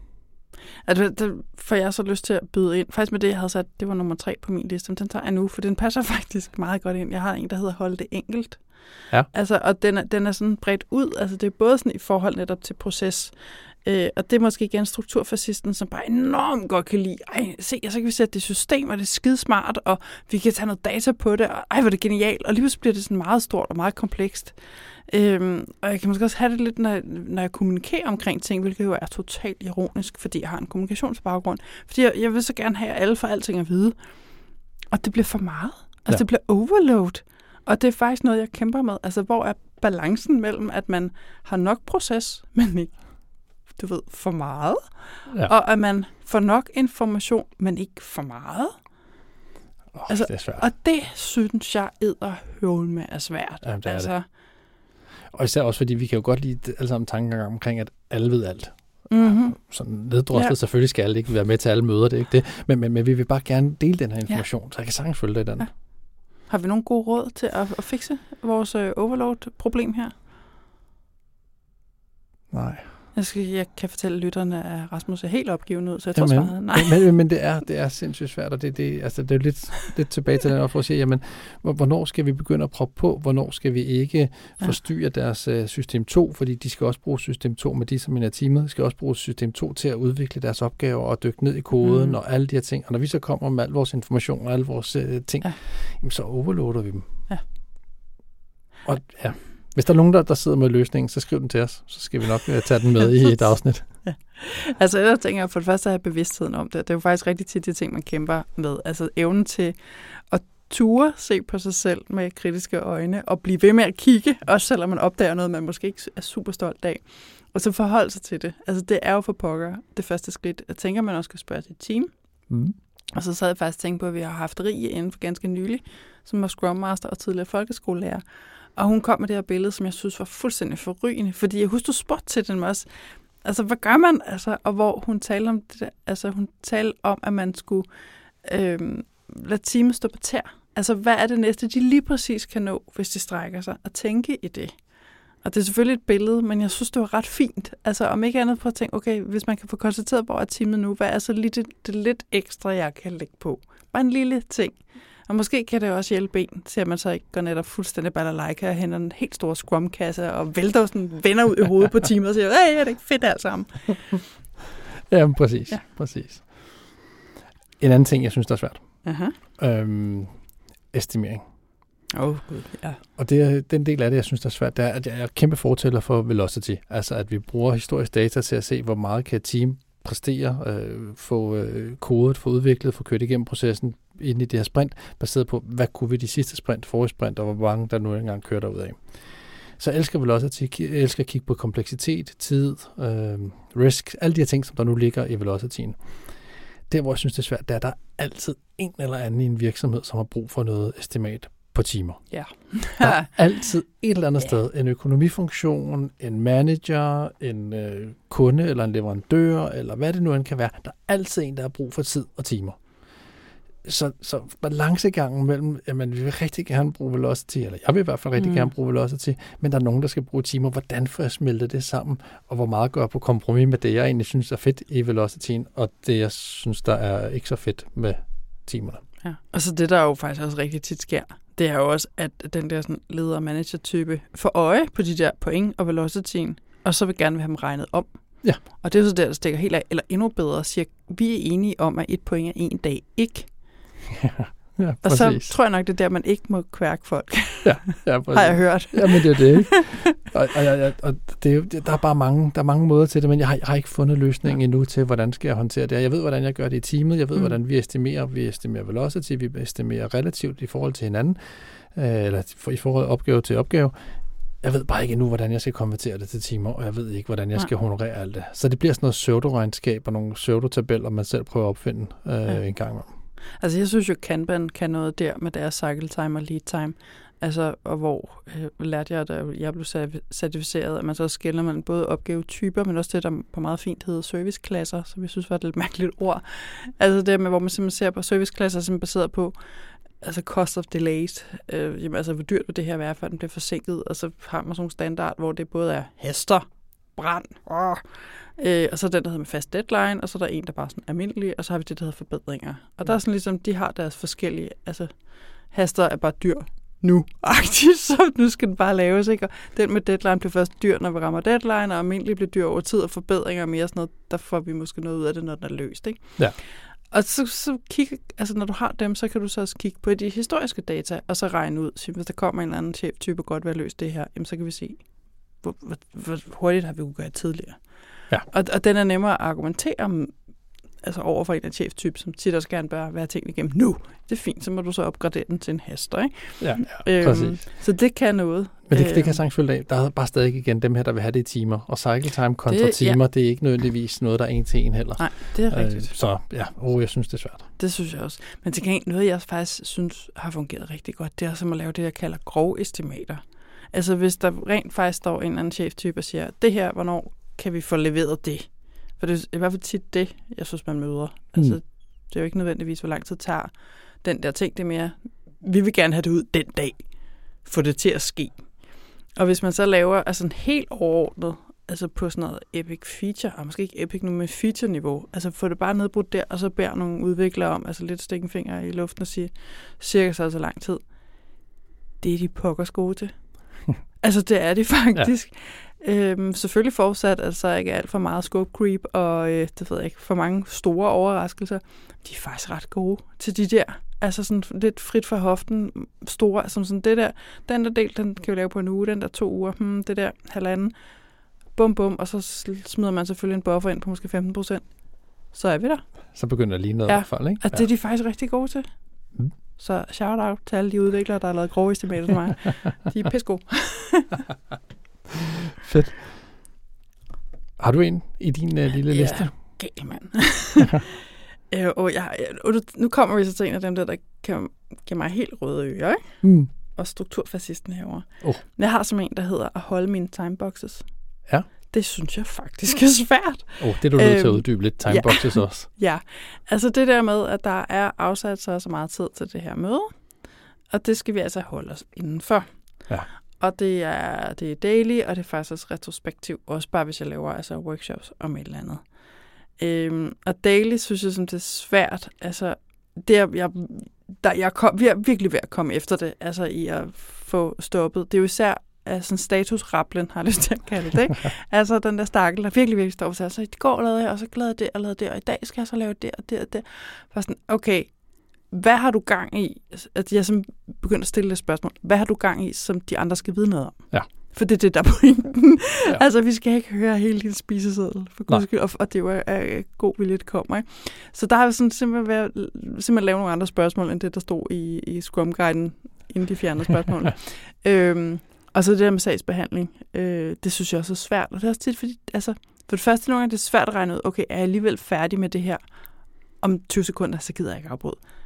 Altså, får jeg så lyst til at byde ind. Faktisk med det, jeg havde sat, det var nummer 3 på min liste, men den tager jeg nu, for den passer faktisk meget godt ind. Jeg har en, der hedder Hold det enkelt. Ja. Altså, og den er sådan bredt ud. Altså, det er både sådan i forhold netop til proces, og det er måske igen strukturfascisten, som bare enormt godt kan lide. Så kan vi sætte det system, og det er skidesmart, og vi kan tage noget data på det, og hvor er det genialt. Og lige pludselig bliver det sådan meget stort og meget komplekst. Og jeg kan måske også have det lidt, når jeg kommunikerer omkring ting, hvilket jo er totalt ironisk, fordi jeg har en kommunikationsbaggrund. Fordi jeg vil så gerne have alle for alting at vide. Og det bliver for meget. Altså det bliver overload. Og det er faktisk noget, jeg kæmper med. Altså hvor er balancen mellem, at man har nok proces, men ikke for meget, og at man får nok information, men ikke for meget. Altså, det er svært. Og det synes jeg edderhøvl med er svært. Jamen, det er det. Og især også, fordi vi kan jo godt lide alle sammen tanker omkring, at alle ved alt. Mm-hmm. Sådan neddroslet, selvfølgelig skal alle ikke være med til alle møder, det er ikke det. Men vi vil bare gerne dele den her information, så jeg kan sagtens følge dig i den. Ja. Har vi nogle gode råd til at fikse vores overload-problem her? Nej. Jeg kan fortælle lytterne, at Rasmus er helt opgiven ud, så jeg tror svaret nej. Men det er sindssygt svært, og det er jo lidt tilbage til den, for at sige, jamen, hvornår skal vi begynde at proppe på, hvornår skal vi ikke forstyrre deres system 2, fordi de skal også bruge system 2 med de, som er teamet, skal også bruge system 2 til at udvikle deres opgaver og dykke ned i koden og alle de her ting. Og når vi så kommer med al vores information og alle vores ting, jamen, så overloader vi dem. Ja. Og hvis der er nogen, der sidder med løsningen, så skriv den til os. Så skal vi nok tage den med i et afsnit. Ja. Altså, jeg tænker, for det første at have bevidstheden om det. Det er jo faktisk rigtig tit de ting, man kæmper med. Altså, evnen til at ture, se på sig selv med kritiske øjne, og blive ved med at kigge, også selvom man opdager noget, man måske ikke er super stolt af. Og så forholde sig til det. Altså, det er jo for pokker det første skridt. Jeg tænker, man også skal spørge sit team. Og så sad jeg faktisk og tænkte på, at vi har haft Rie inden for ganske nylig, som var Scrum Master og tidligere folkeskolelærer. Og hun kom med det her billede, som jeg synes var fuldstændig forrygende, fordi jeg husker, du spurgte til den også. Altså, hvad gør man? Altså, og hvor hun talte om det der, altså hun talte om, at man skulle lade teamet stå på tær. Altså, hvad er det næste, de lige præcis kan nå, hvis de strækker sig, og tænke i det. Og det er selvfølgelig et billede, men jeg synes, det var ret fint. Altså, om ikke andet på at tænke, okay, hvis man kan få konstateret, hvor er teamet nu, hvad er så lige det lidt ekstra, jeg kan lægge på? Bare en lille ting. Og måske kan det også hjælpe en til, at man så ikke går netop fuldstændig balalaika og henter en helt stor scrum-kasse og vælter sådan, vender ud i hovedet på teamet og siger, hey, er det ikke fedt alt sammen? Ja, præcis. Ja. Præcis. En anden ting, jeg synes, der er svært. Estimering. Gud, ja. Og det er den del af det, jeg synes, der er svært, det er, at jeg er kæmpe fortæller for velocity. Altså, at vi bruger historisk data til at se, hvor meget kan et team præstere, få kodet, få udviklet, få kørt igennem processen ind i det her sprint, baseret på, hvad kunne vi de sidste sprint, forrige sprint, og hvor mange der nu engang kører derud af. Så jeg elsker velocity, jeg elsker at kigge på kompleksitet, tid, risk, alle de her ting, som der nu ligger i velocityen. Der, hvor jeg synes, det er svært, det er, at der er altid en eller anden i en virksomhed, som har brug for noget estimat på timer. Ja. Der er altid et eller andet sted en økonomifunktion, en manager, en kunde eller en leverandør, eller hvad det nu end kan være. Der er altid en, der har brug for tid og timer. Så balancegangen mellem, jamen vi vil rigtig gerne bruge velocity, eller jeg vil i hvert fald rigtig gerne bruge velocity, men der er nogen, der skal bruge timer. Hvordan får jeg smeltet det sammen, og hvor meget går jeg på kompromis med det, jeg egentlig synes er fedt i velocityen, og det, jeg synes, der er ikke så fedt med timerne. Ja. Og så det, der jo faktisk også rigtig tit sker, det er jo også, at den der sådan leder-manager-type får øje på de der point og velocityen, og så vil gerne have dem regnet om. Ja. Og det er så der stikker helt af, eller endnu bedre, siger, vi er enige om, at 1 point er 1 dag, ikke? Ja, og så tror jeg nok, det er der, man ikke må kværke folk. Ja, har jeg hørt. Jamen, det er det, ikke? Og det er jo, der er bare mange måder til det, men jeg har ikke fundet løsningen endnu til, hvordan skal jeg håndtere det. Jeg ved, hvordan jeg gør det i teamet. Jeg ved, hvordan vi estimerer velocity, vi estimerer relativt i forhold til hinanden, eller i forhold opgave til opgave. Jeg ved bare ikke endnu, hvordan jeg skal konvertere det til timer, og jeg ved ikke, hvordan jeg skal honorere alt det. Så det bliver sådan noget pseudo-regnskab og nogle pseudo-tabeller, man selv prøver at opfinde en gang imellem. Altså, jeg synes jo, Kanban kan noget der med deres cycle time og lead time. Altså, og hvor lærte jeg, da jeg blev certificeret, at man så skiller mellem både opgavetyper, men også det, der på meget fint hedder serviceklasser, som jeg synes var et lidt mærkeligt ord. Altså det med, hvor man simpelthen ser på serviceklasser, som er baseret på altså cost of delays. Jamen, altså, hvor dyrt vil det her være, før den bliver forsinket, og så har man sådan nogle standard, hvor det både er hester, brand, og så den, der hedder med fast deadline, og så er der en, der bare er sådan almindelig, og så har vi det, der hedder forbedringer. Og der er sådan ligesom, de har deres forskellige, altså haster er bare dyr nu-agtigt, så nu skal den bare laves, ikke? Og den med deadline bliver først dyr, når vi rammer deadline, og almindelig bliver dyr over tid, og forbedringer og mere sådan noget, der får vi måske noget ud af det, når den er løst, ikke? Ja. Og så kigge, altså når du har dem, så kan du så også kigge på de historiske data, og så regne ud, så hvis der kommer en eller anden cheftype godt ved at løse det her, jamen så kan vi se, hvor hurtigt har vi kunnet gøre tidligere. Ja. Og den er nemmere at argumentere om, altså over for en af cheftype, som tit også gerne bør være ting igennem nu. Det er fint, så må du så opgradere den til en hester, ikke? Ja, præcis. Så det kan noget. Men det kan jeg sagtens følge af. Der er bare stadig igen dem her, der vil have det i timer. Og cycle time kontra timer, det er ikke nødvendigvis noget, der er en til en heller. Nej, det er rigtigt. Så ja, jeg synes, det er svært. Det synes jeg også. Men til gengæld noget, jeg faktisk synes har fungeret rigtig godt, det er som at lave det, jeg kalder grove estimater. Altså hvis der rent faktisk står en eller anden cheftype og siger, det her, hvornår kan vi få leveret det? For det er i hvert fald tit det, jeg synes, man møder. Altså, det er jo ikke nødvendigvis, hvor lang tid tager den der ting. Det er mere, vi vil gerne have det ud den dag. Få det til at ske. Og hvis man så laver altså en helt overordnet, altså på sådan noget epic feature, og måske ikke epic nu, men feature-niveau, altså få det bare nedbrudt der, og så beder nogle udviklere om, altså lidt stikke en finger i luften og sige, cirka så lang tid. Det er de pokkers gode til. Altså, det er de faktisk. Ja. Selvfølgelig forudsat, at så ikke er alt for meget scope creep, og det ved jeg ikke, for mange store overraskelser. De er faktisk ret gode til de der, altså sådan lidt frit fra hoften, store, altså sådan det der, den der del, den kan vi lave på en uge, den der 2 uger, det der halvanden, bum bum, og så smider man selvfølgelig en buffer ind på måske 15%. Så er vi der. Så begynder det lige noget i hvert fald, ikke? Ja, det er de faktisk rigtig gode til. Så shout-out til alle de udviklere, der har lavet grove estimater til mig. De er pissegode. Fedt. Har du en i din lille liste? Ja, gal mand. Nu kommer vi så til en af dem der kan give mig helt røde ører, ikke? Og strukturfascisten herovre. Jeg har som en, der hedder at holde mine timeboxes. Ja. Det synes jeg faktisk er svært. Det er du nødt til at uddybe lidt timeboxes også. Ja, altså det der med, at der er afsat så meget tid til det her møde, og det skal vi altså holde os indenfor. Ja. Og det er daily, og det er faktisk også retrospektiv, også bare hvis jeg laver altså workshops om et eller andet. Og daily synes jeg, som det er svært, altså vi er virkelig ved at komme efter det, altså i at få stoppet. Det er jo især sådan statusraplen, har jeg lyst til at kalde det, ikke? Altså den der stakkel, der virkelig står på sig. Så i går lavede jeg, og så lavede det, og lavede det, og i dag skal jeg så lave det, og det, og det. For sådan, okay, hvad har du gang i? At jeg som begynder at stille det spørgsmål. Hvad har du gang i, som de andre skal vide noget om? Ja. For det er det, der er pointen. Ja. Altså, vi skal ikke høre hele din spiseseddel, for guds skyld, og det var god vilje, det kommer, ikke? Så der har vi sådan simpelthen lavet nogle andre spørgsmål, end det, der stod i Scrum-guiden, inden de fjernede spørgsmål. Og så det der med sagsbehandling, det synes jeg også er svært. Og det er også tit, fordi, altså, for det første nogle gange, det er svært at regne ud, okay, er jeg alligevel færdig med det her om 20 sekunder, så gider jeg ikke afbryde. Nej.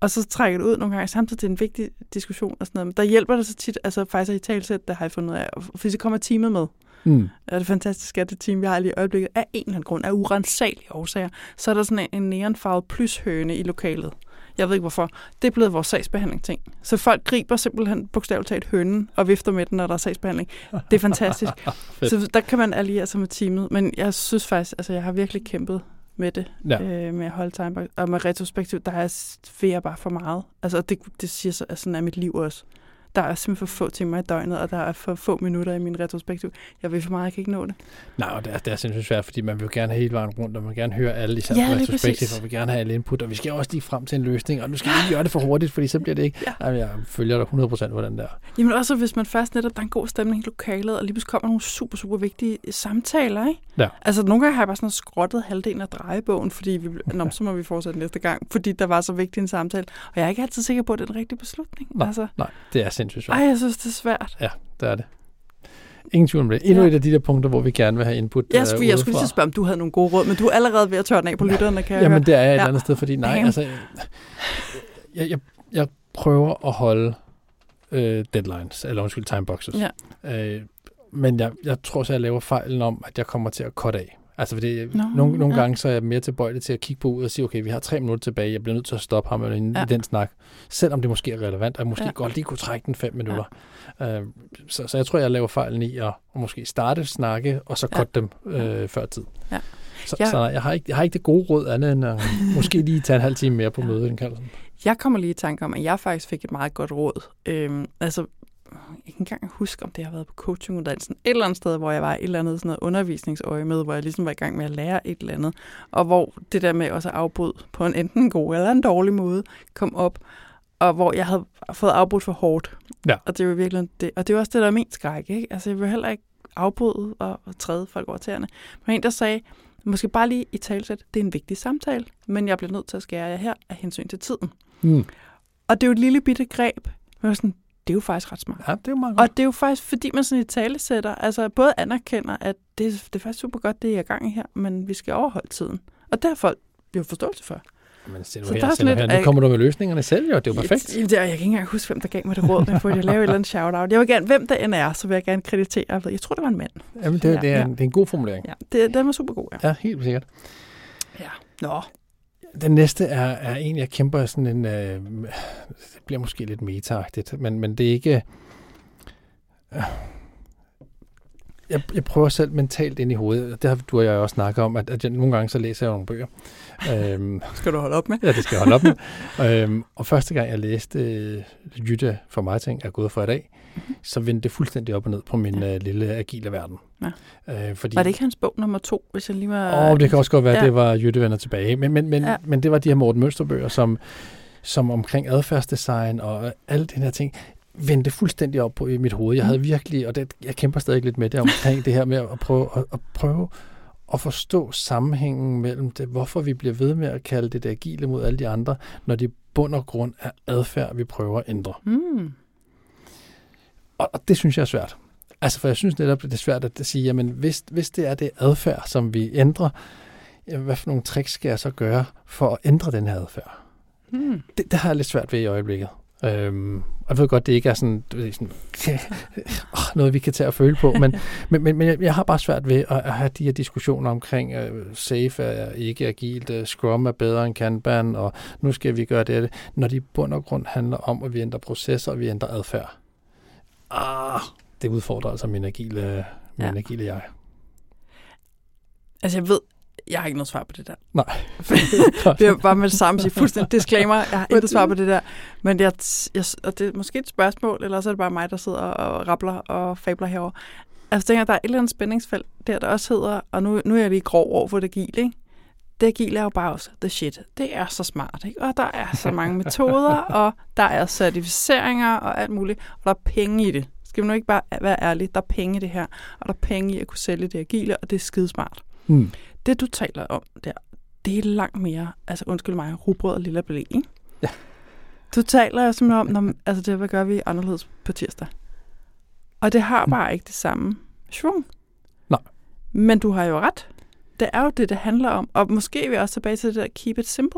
Og så trækker det ud nogle gange. Samtidig det er en vigtig diskussion og sådan noget. Men der hjælper det så tit, altså faktisk at i talsæt, der har jeg fundet ud af, fordi så kommer teamet med. Og det fantastiske er, det team, vi har lige i øjeblikket, af en eller anden grund, af urensagelige årsager, så er der sådan en neonfarvet plyshøne i lokalet. Jeg ved ikke hvorfor. Det er blevet vores sagsbehandling-ting. Så folk griber simpelthen bogstaveligt talt hønen og vifter med den, når der er sagsbehandling. Det er fantastisk. Så der kan man alliere sig med teamet. Men jeg synes faktisk, altså jeg har virkelig kæmpet med det, med at holde timebox. Og med retrospektiv, der er svære bare for meget. Altså det siger så, at sådan er mit liv også. Der er simpelthen for få timer i døgnet, og der er for få minutter i min retrospektiv. Jeg vil for meget, jeg kan ikke nå det. Nej, og det er sindssygt svært, fordi man vil jo gerne have hele vejen rundt, og man vil gerne høre alle især på retrospektiv, og vi vil gerne have alle input, og vi skal også lige frem til en løsning, og nu skal vi ikke gøre det for hurtigt, fordi så bliver det ikke. Ja. Jeg følger dig 100% på den der. Jamen også, hvis man først netop, der er en god stemning i lokalet, og lige pludselig kommer nogle super, super vigtige samtaler, ikke? Ja. Altså nogle gange har jeg bare sådan skrottet halvdelen af drejebogen, fordi så må vi fortsætte næste gang, fordi der var så vigtig en samtale, og jeg er ikke altid sikker på, at det er den rigtige beslutning. Nej, det er sindssygt svært. Jeg synes, det er svært. Ja, det er det. Ingen tvivl om det. Endnu et af de der punkter, hvor vi gerne vil have input. Jeg skulle lige spørge, om du havde nogle gode råd, men du er allerede ved at tørre den af på lytterne, kan jeg Jamen, det er jeg et eller andet sted, fordi altså, jeg prøver at holde deadlines, eller undskyld, timeboxes. Ja. Men jeg tror så, jeg laver fejlen om, at jeg kommer til at cutte af. Altså, fordi nogle gange så er jeg mere tilbøjelig til at kigge på ud og sige, okay, vi har 3 minutter tilbage, jeg bliver nødt til at stoppe ham i den snak, selvom det måske er relevant, og jeg måske godt lige kunne trække den 5 minutter. Ja. Så jeg tror, jeg laver fejlen i at måske starte snakke, og så cutte dem før tid. Ja. Så jeg har ikke det gode råd andet end at måske lige tage en halv time mere på mødet, den kalder sådan. Jeg kommer lige i tanke om, at jeg faktisk fik et meget godt råd. Jeg kan ikke engang huske, om det har været på coachinguddannelsen. Et eller andet sted, hvor jeg var et eller andet sådan noget undervisningsøje med, hvor jeg ligesom var i gang med at lære et eller andet. Og hvor det der med også at afbryde på en enten god eller en dårlig måde kom op. Og hvor jeg havde fået afbrudt for hårdt. Ja. Og det var virkelig det. Og det var også det, der er min skræk, ikke? Altså, jeg vil heller ikke afbryde og træde folk over tæerne. Men en, der sagde, måske bare lige i talsæt, det er en vigtig samtale, men jeg bliver nødt til at skære jer her af hensyn til tiden. Og det er jo et lille bitte greb, men sådan, det er jo faktisk ret smart. Ja, det er jo meget godt. Og det er jo faktisk, fordi man sådan i talesætter, altså både anerkender, at det er faktisk super godt, det er i gang i her, men vi skal overholde tiden. Og der har folk jo forståelse for. Men nu kommer du med løsningerne selv, jo. Det er jo perfekt. Jeg kan ikke engang huske, hvem der gav mig det råd, men for at lave et eller andet shout-out. Jeg vil gerne, hvem der end er, så vil jeg gerne kreditere. Jeg tror, det var en mand. Jamen, det er en god formulering. Ja, den var super god, ja. Ja, helt sikkert. Ja. Nå. Den næste er en, jeg kæmper sådan en... det bliver måske lidt meta-agtigt, men det er ikke... Jeg prøver selv mentalt ind i hovedet. Det har du og jeg også snakket om, at jeg, nogle gange så læser jeg nogle bøger. Skal du holde op med? Ja, det skal jeg holde op med. Og første gang jeg læste Jytte for mig ting er gået for i dag, så vendte det fuldstændig op og ned på min lille agile verden. Ja. Fordi, var det ikke hans bog nummer 2, hvis jeg lige var... det kan også godt være, at det var Jytte vender tilbage. Men det var de her Morten Mønsterbøger, som omkring adfærdsdesign og alle de her ting, vendte fuldstændig op på i mit hoved. Jeg havde virkelig, og jeg kæmper stadig lidt med det omkring det her med at prøve at forstå sammenhængen mellem det, hvorfor vi bliver ved med at kalde det agile mod alle de andre, når det i bund og grund er adfærd, vi prøver at ændre. Og det synes jeg er svært. Altså, for jeg synes netop, det er svært at sige, jamen hvis det er det adfærd, som vi ændrer, hvad for nogle tricks skal jeg så gøre for at ændre den her adfærd? Det har jeg lidt svært ved i øjeblikket. Jeg ved godt, det ikke er sådan noget, vi kan tage og føle på, men jeg har bare svært ved at have de her diskussioner omkring safe er ikke agilt, Scrum er bedre end Kanban, og nu skal vi gøre det, når de i bund og grund handler om, at vi ændrer processer, og vi ændrer adfærd. Det udfordrer altså min agile jeg. Altså jeg ved, jeg har ikke noget svar på det der. Nej. Det er bare med det samme sige fuldstændig disclaimer. Jeg har intet svar på det der. Men og det er måske et spørgsmål, eller så er det bare mig, der sidder og rabler og fabler herovre. Altså tænker, der er et eller andet spændingsfelt, der også hedder, og nu er jeg lige grov over for det agile, ikke? Det agile er jo bare også the shit. Det er så smart, ikke? Og der er så mange metoder, og der er certificeringer og alt muligt, og der er penge i det. Skal vi nu ikke bare være ærlige? Der er penge i det her, og der er penge i at kunne sælge det agile, og det er skidesmart. Det, du taler om der, det er langt mere, altså undskyld mig, rugbrød og lilla blæ, ikke? Ja. Du taler simpelthen om, det, hvad gør vi anderledes på tirsdag? Og det har bare ikke det samme svung. Nej. Men du har jo ret. Det er jo det handler om. Og måske er vi også tilbage til det der keep it simple.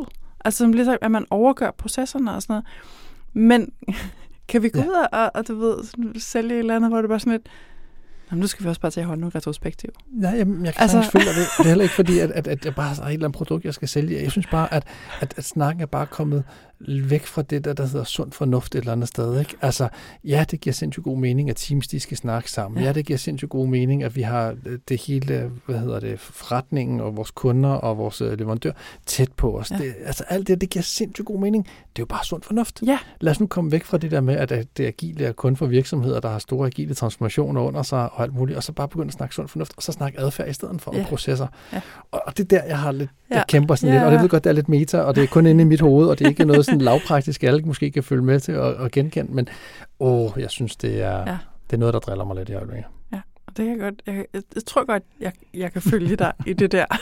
Altså lidt, at man overgør processerne og sådan noget. Men kan vi gå ud og du ved, sælge et eller andet, hvor det bare sådan lidt, nu skal vi også bare til at holde noget retrospektiv. Nej, jeg kan sagtens følge det. Det er heller ikke fordi, at jeg bare har et eller andet produkt, jeg skal sælge. Jeg synes bare, at snakken er bare kommet væk fra det, der hedder sund fornuft et eller andet sted. Ikke? Altså, ja, det giver sindssygt god mening, at teams, de skal snakke sammen. Ja, det giver sindssygt god mening, at vi har det hele, forretningen og vores kunder og vores leverandør tæt på os. Ja. Altså, alt det giver sindssygt god mening. Det er jo bare sund fornuft. Ja. Lad os nu komme væk fra det der med, at det agile er kun for virksomheder, der har store agile transformationer under sig og alt muligt, og så bare begynde at snakke sund fornuft, og så snakke adfærd i stedet for og processer. Ja. Og det er der, jeg har lidt, jeg kæmper sådan lidt, og det ved godt, det er lidt meta, og det er kun inde i mit hoved, og det er ikke noget sådan lavpraktisk, alle måske kan følge med til at genkende, men jeg synes, det er noget, der driller mig lidt i øjeblikket. Ja, og det kan godt, jeg tror godt, jeg kan følge dig i det der.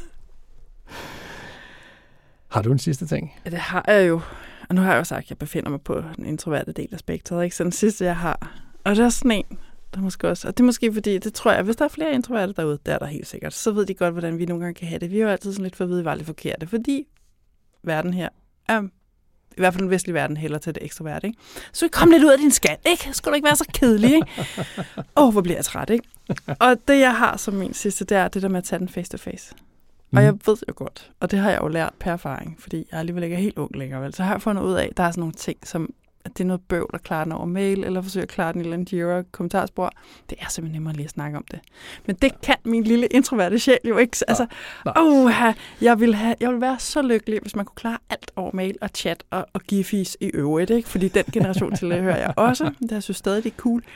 Har du en sidste ting? Ja, det har jeg jo. Og nu har jeg jo sagt, at jeg befinder mig på den introverte del af spektret, ikke? Så den sidste, jeg har. Og det er sådan en, der måske også, og det er måske fordi, det tror jeg, hvis der er flere introverte derude, det er der helt sikkert, så ved de godt, hvordan vi nogle gange kan have det. Vi er jo altid sådan lidt for at vide, var lidt forkerte, fordi verden her er, i hvert fald den vestlige verden, hælder til det ekstrovert, ikke? Så kom lidt ud af din skat, ikke? Skal du ikke være så kedelig, ikke? Hvor bliver jeg træt, ikke? Og det, jeg har som min sidste, det er det der med at tage den face to face. Og jeg ved jo godt, og det har jeg jo lært per erfaring, fordi jeg alligevel ikke er helt ung længere, vel? Så har jeg fundet ud af, at der er sådan nogle ting, som at det er noget bøvl at klare den over mail, eller forsøge at klare den i en eller anden Jira-kommentarspor. Det er simpelthen nemmere lige at snakke om det. Men det kan min lille introverte sjæl jo ikke. Altså, jeg vil være så lykkelig, hvis man kunne klare alt over mail og chat og gifis i øvrigt, ikke? Fordi den generation tilhører jeg også. Det jeg synes stadig, det er cool.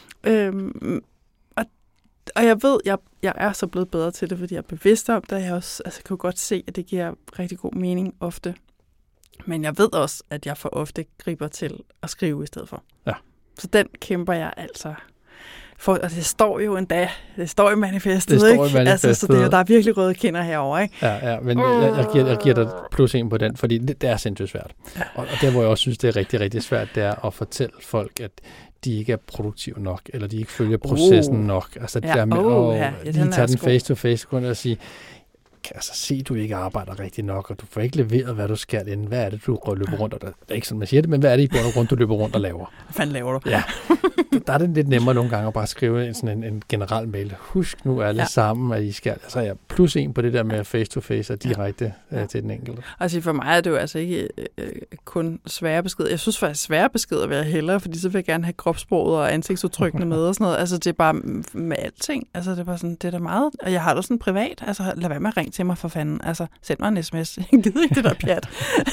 Og jeg ved, jeg er så blevet bedre til det, fordi jeg er bevidst om det. Jeg også, kan godt se, at det giver rigtig god mening ofte. Men jeg ved også, at jeg for ofte griber til at skrive i stedet for. Ja. Så den kæmper jeg altså for. Og det står jo endda. Det står i manifestet, ikke? Altså, så der er virkelig røde kinder herover, ikke? Ja, men jeg giver dig plus en på den, fordi det er sindssygt svært. Ja. Og der, hvor jeg også synes, det er rigtig, rigtig svært, det er at fortælle folk, at de ikke er produktive nok, eller de ikke følger processen nok. Altså det der med at lige tage den face to face, kun at sige, altså se, du ikke arbejder rigtig nok, og du får ikke leveret, hvad du skal inden. Hvad er det, du løber rundt? Og det er ikke sådan, man siger det, men hvad er det i bund og grund, du løber rundt og laver? Hvad fanden laver du? Ja. Der er det lidt nemmere nogle gange at bare skrive en generel mail. Husk nu alle sammen, at I skal. Altså jeg plus en på det der med face to face og direkte til den enkelte. Altså for mig er det jo altså ikke kun svære beskeder. Jeg synes faktisk, svære beskeder vil jeg hellere, fordi så vil jeg gerne have kropssproget og ansigtsudtrykkene med og sådan noget. Altså det er bare med alting. Altså det er bare sådan, det er da meget. Og jeg har det sådan privat. Altså lad være med at ringe til mig for fanden. Altså send mig en sms. Jeg gider ikke det der pjat.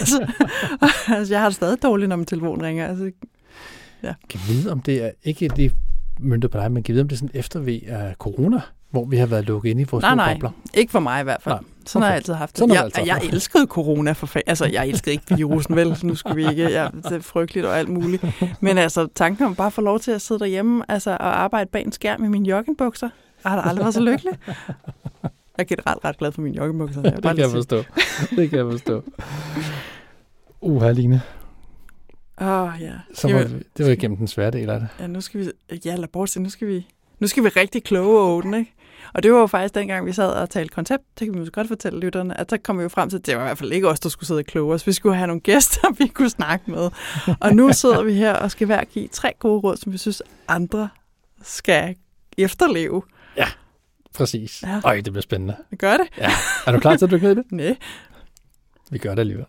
Altså jeg har det stadig dårligt, når min telefon ringer. Altså ja. Kan vi vide, om det er ikke det møntet på dig, men kan vi vide, om det er sådan efterved af corona, hvor vi har været lukket inde i vores bobler? Nej, ikke for mig i hvert fald. Nej. Sådan har jeg altid haft det. Jeg elskede corona for fanden. Altså, jeg elskede ikke virusen, vel? Nu skal vi ikke. Det er frygteligt og alt muligt. Men altså, tanken om bare at få lov til at sidde derhjemme altså, og arbejde bag en skærm i mine joggingbukser, jeg har da aldrig været så lykkelig. Jeg er generelt ret glad for mine joggingbukser. Det kan jeg forstå. Det kan jeg forstå. Line. Ja. Det var igennem den svære del af det. Ja, nu skal vi... Ja, lad bort til. Nu skal vi rigtig kloge over den, ikke? Og det var jo faktisk dengang, vi sad og talte koncept. Det kan vi måske godt fortælle lytterne. At så kom vi jo frem til, at det var i hvert fald ikke os, der skulle sidde og kloge os. Vi skulle have nogle gæster, vi kunne snakke med. Og nu sidder vi her og skal hver give 3 gode råd, som vi synes, andre skal efterleve. Ja, præcis. Ja. Øj, det bliver spændende. Vi gør det. Ja. Er du klar til at dykke ned i det? Nej. Vi gør det alligevel.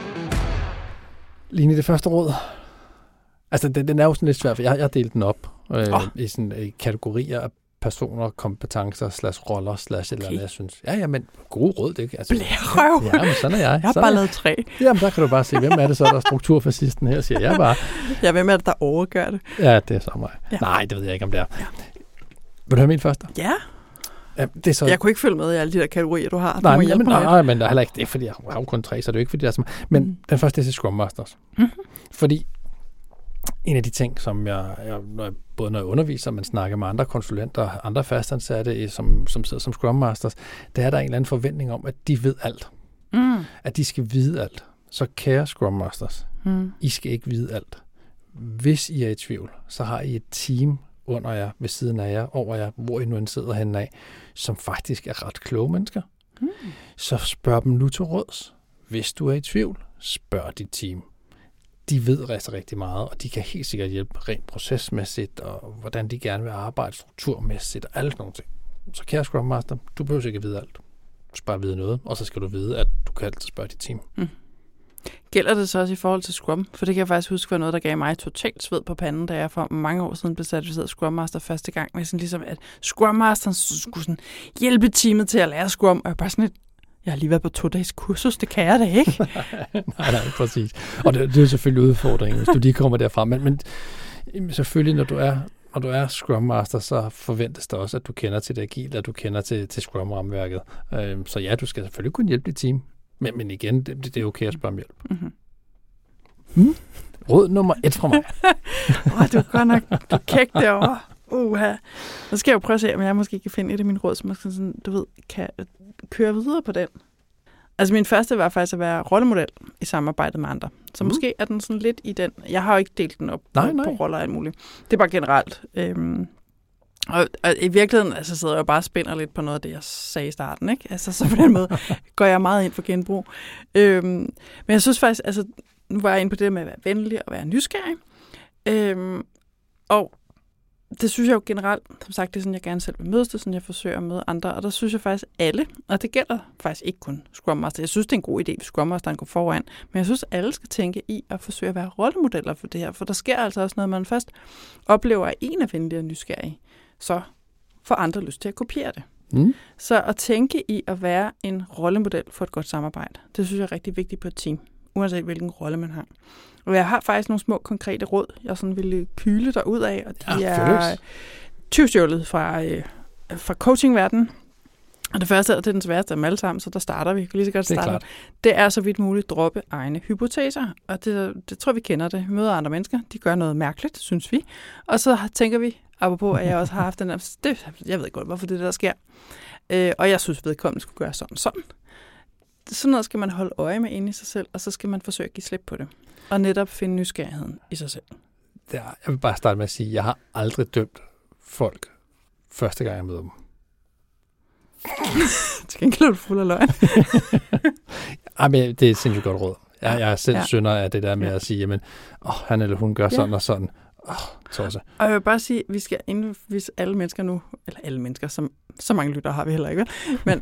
Line, det første råd. Altså, den er jo sådan lidt svært, for jeg har delt den op i sådan kategorier af personer, kompetencer, /roller, eller andet, jeg synes. Ja, men gode råd, det ikke? Altså, blærerøv! Ja, men sådan er jeg. Jeg har bare lavet 3. Jamen, der kan du bare se, hvem er det så, der er strukturfascisten her, siger jeg bare. Ja, hvem er det, der overgør det? Ja, det er så mig. Ja. Nej, det ved jeg ikke, om det er. Ja. Vil du have min første? Ja. Ja, det er så... Jeg kunne ikke følge med i alle de der kategorier, du har. Nej, men der er heller ikke det, fordi jeg har jo kun 3, så det er jo ikke, fordi der er så meget. Men den første er til Scrum Masters. Mm-hmm. Fordi en af de ting, som både når jeg underviser, men snakker med andre konsulenter og andre fastansatte, som sidder som Scrum Masters, der er der en eller anden forventning om, at de ved alt. Mm. At de skal vide alt. Så kære Scrum Masters, I skal ikke vide alt. Hvis I er i tvivl, så har I et team under jer, ved siden af jer, over jer, hvor I nu end sidder henne af, som faktisk er ret kloge mennesker. Så spørg dem nu til råds. Hvis du er i tvivl, spørg dit team. De ved rigtig meget, og de kan helt sikkert hjælpe rent procesmæssigt, og hvordan de gerne vil arbejde strukturmæssigt, og alle sådan nogle ting. Så kære Scrum Master, du behøver ikke at vide alt. Du skal bare vide noget, og så skal du vide, at du kan altid spørge dit team. Gælder det så også i forhold til Scrum? For det kan jeg faktisk huske var noget, der gav mig totalt sved på panden, da jeg for mange år siden blev certificeret Scrum Master første gang. Med sådan ligesom, at Scrum Masteren skulle sådan hjælpe teamet til at lære Scrum, og jeg bare sådan jeg har lige været på 2-dages kursus, det kan jeg da ikke. nej, præcis. Og det er selvfølgelig udfordringen, hvis du lige kommer derfra. Men selvfølgelig, når du er Scrum Master, så forventes der også, at du kender til det agile, at du kender til Scrum-ramværket. Så ja, du skal selvfølgelig kunne hjælpe dit team. Men igen, det er okay at spørge om hjælp. Råd nummer 1 fra mig. Du er godt nok kæk derovre. Så skal jeg jo prøve at se, om jeg måske kan finde et af mine råd, som måske sådan, kan køre videre på den. Altså min første var faktisk at være rollemodel i samarbejde med andre. Så måske er den sådan lidt i den. Jeg har jo ikke delt den op på roller og alt muligt. Det er bare generelt. Og i virkeligheden altså, sidder jeg jo bare og spænder lidt på noget af det, jeg sagde i starten. Ikke? Altså, så på den måde går jeg meget ind for genbrug. Men jeg synes faktisk, altså, nu var jeg inde på det med at være venlig og være nysgerrig. Og det synes jeg jo generelt, som sagt, det er sådan, jeg gerne selv vil mødes, det er sådan, jeg forsøger at møde andre. Og der synes jeg faktisk alle, og det gælder faktisk ikke kun Scrum Master. Jeg synes, det er en god idé, hvis Scrum Masteren går foran. Men jeg synes, alle skal tænke i at forsøge at være rollemodeller for det her. For der sker altså også noget, man først oplever, at en er venlig og nysgerrig. Så får andre lyst til at kopiere det. Så at tænke i at være en rollemodel for et godt samarbejde, det synes jeg er rigtig vigtigt på et team, uanset hvilken rolle man har. Og jeg har faktisk nogle små konkrete råd, jeg sådan ville kyle dig ud af, og de er tyvstjålet fra coachingverdenen. Og det første, det er den sværeste af dem alle sammen, så der starter vi. Vi kan lige så godt starte. Det er så vidt muligt droppe egne hypoteser, og det tror vi kender det. Vi møder andre mennesker, de gør noget mærkeligt, synes vi. Og så tænker vi, apropos at jeg også har haft den her, jeg ved ikke godt, hvorfor det der sker. Og jeg synes, vedkommende skulle gøre sådan. Sådan noget skal man holde øje med inde i sig selv, og så skal man forsøge at give slip på det. Og netop finde nysgerrigheden i sig selv. Jeg vil bare starte med at sige, at jeg har aldrig dømt folk første gang, jeg møder dem. Til gengæld er du fuld af løgn. Men det er et sindssygt godt råd. Jeg er selv synder af det der med at sige, jamen, han eller hun gør sådan og sådan. Tosser. Og jeg vil bare sige, vi skal hvis alle mennesker nu, eller alle mennesker, så mange lyttere har vi heller ikke, men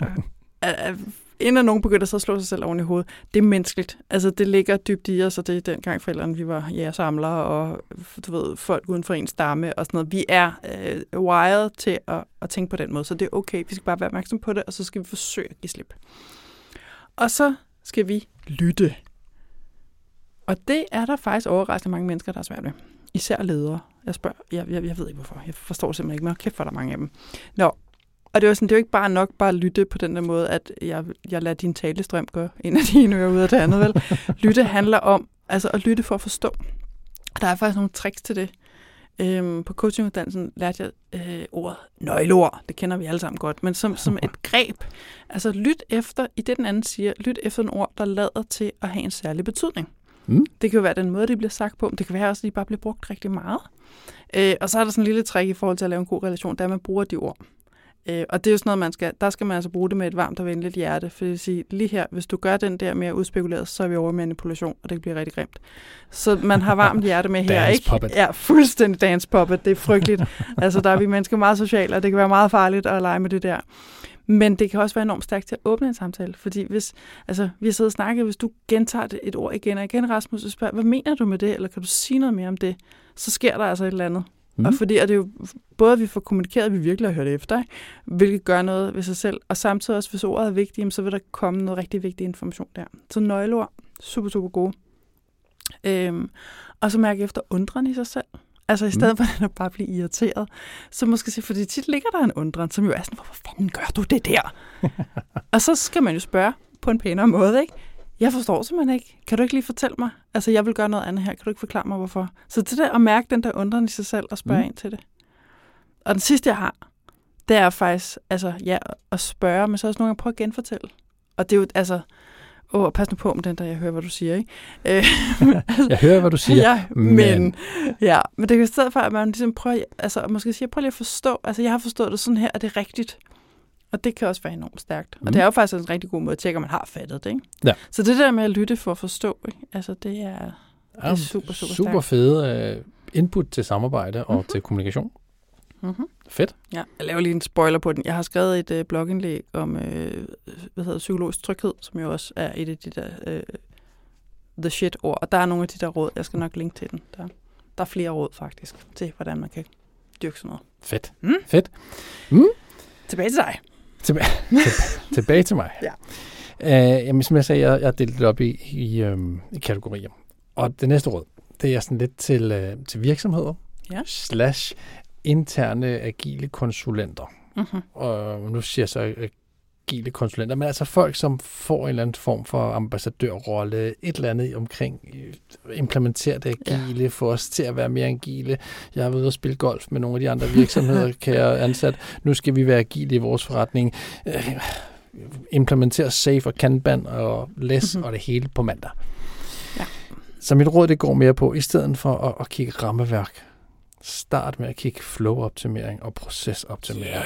inden nogen begynder så at slå sig selv oven i hovedet, det er menneskeligt. Altså det ligger dybt i os, og det er dengang forældrene, vi var jægersamlere, og du ved, folk uden for en stamme og sådan noget. Vi er wired til at tænke på den måde, så det er okay. Vi skal bare være opmærksom på det, og så skal vi forsøge at give slip. Og så skal vi lytte. Og det er der faktisk overraskende mange mennesker, der er svært ved. Især ledere. Jeg spørger, jeg ved ikke hvorfor. Jeg forstår simpelthen ikke, men kæft for der mange af dem. Og det er jo ikke bare nok bare at lytte på den der måde, at jeg lader din talestrøm gå ind af dine ører ud af det andet, vel? Lytte handler om altså at lytte for at forstå. Der er faktisk nogle tricks til det. På coachinguddannelsen lærte jeg ordet nøgleord. Det kender vi alle sammen godt, men som et greb. Altså lyt efter, i det den anden siger, lyt efter en ord, der lader til at have en særlig betydning. Det kan jo være den måde, det bliver sagt på, men det kan være også, at de bare bliver brugt rigtig meget. Og så er der sådan en lille trick i forhold til at lave en god relation, der man bruger de ord. Og det er jo sådan noget, der skal man altså bruge det med et varmt og venligt hjerte, for det vil sige, lige her, hvis du gør den der mere udspekuleret, så er vi over manipulation, og det bliver rigtig grimt. Så man har varmt hjerte med her, ikke? Puppet. Ja, fuldstændig dance puppet, det er frygteligt. Altså, der er vi mennesker meget sociale, og det kan være meget farligt at lege med det der. Men det kan også være enormt stærkt til at åbne en samtale, fordi vi har siddet og snakket, hvis du gentager et ord igen og igen, Rasmus, og spørger, hvad mener du med det, eller kan du sige noget mere om det, så sker der altså et eller andet. Og fordi det er jo både, at vi får kommunikeret, at vi virkelig har hørt efter, ikke? Hvilket gør noget ved sig selv, og samtidig også, hvis ordet er vigtigt, så vil der komme noget rigtig vigtig information der. Så nøgleord, super, super gode. Og så mærke efter undren i sig selv. Altså i stedet for at bare blive irriteret, så måske sige, fordi tit ligger der en undren, som jo er sådan, hvorfor fanden gør du det der? Og så skal man jo spørge på en pænere måde, ikke? Jeg forstår simpelthen ikke. Kan du ikke lige fortælle mig? Altså, jeg vil gøre noget andet her. Kan du ikke forklare mig, hvorfor? Så det der at mærke den der undren i sig selv og spørge ind til det. Og den sidste, jeg har, det er faktisk, altså, ja, at spørge, men så også nogle gange prøve at genfortælle. Og det er jo, altså, pas nu på med den der, jeg hører, hvad du siger, ikke? Jeg hører, hvad du siger, ja, men det kan i stedet for, at man ligesom prøver, altså, måske siger, prøv lige at forstå, altså, jeg har forstået det sådan her, at det er rigtigt. Og det kan også være enormt stærkt. Og det er jo faktisk en rigtig god måde at tjekke, om man har fattet det. Ikke? Ja. Så det der med at lytte for at forstå, ikke? Altså det er super super fede input til samarbejde og til kommunikation. Mm-hmm. Fedt. Ja, jeg laver lige en spoiler på den. Jeg har skrevet et blogindlæg om psykologisk tryghed, som jo også er et af de der the shit-ord. Og der er nogle af de der råd. Jeg skal nok linke til den. Der er flere råd faktisk til, hvordan man kan dyrke sådan noget. Fedt. Mm. Fedt. Mm. Tilbage til dig. Tilbage til mig. Ja. Jamen, som jeg sagde, jeg har delt det op i kategorier. Og det næste råd, det er sådan lidt til virksomheder / interne agile konsulenter. Mm-hmm. Og nu siger jeg så agile konsulenter, men altså folk, som får en eller anden form for ambassadørrolle, et eller andet omkring implementere det agile, få os til at være mere agile. Jeg har været ude og spille golf med nogle af de andre virksomheder, kære ansat. Nu skal vi være agile i vores forretning. Implementere Safe og Kanban og LESS og det hele på mandag. Ja. Så mit råd, det går mere på, i stedet for at kigge rammeværk, start med at kigge flow-optimering og procesoptimering.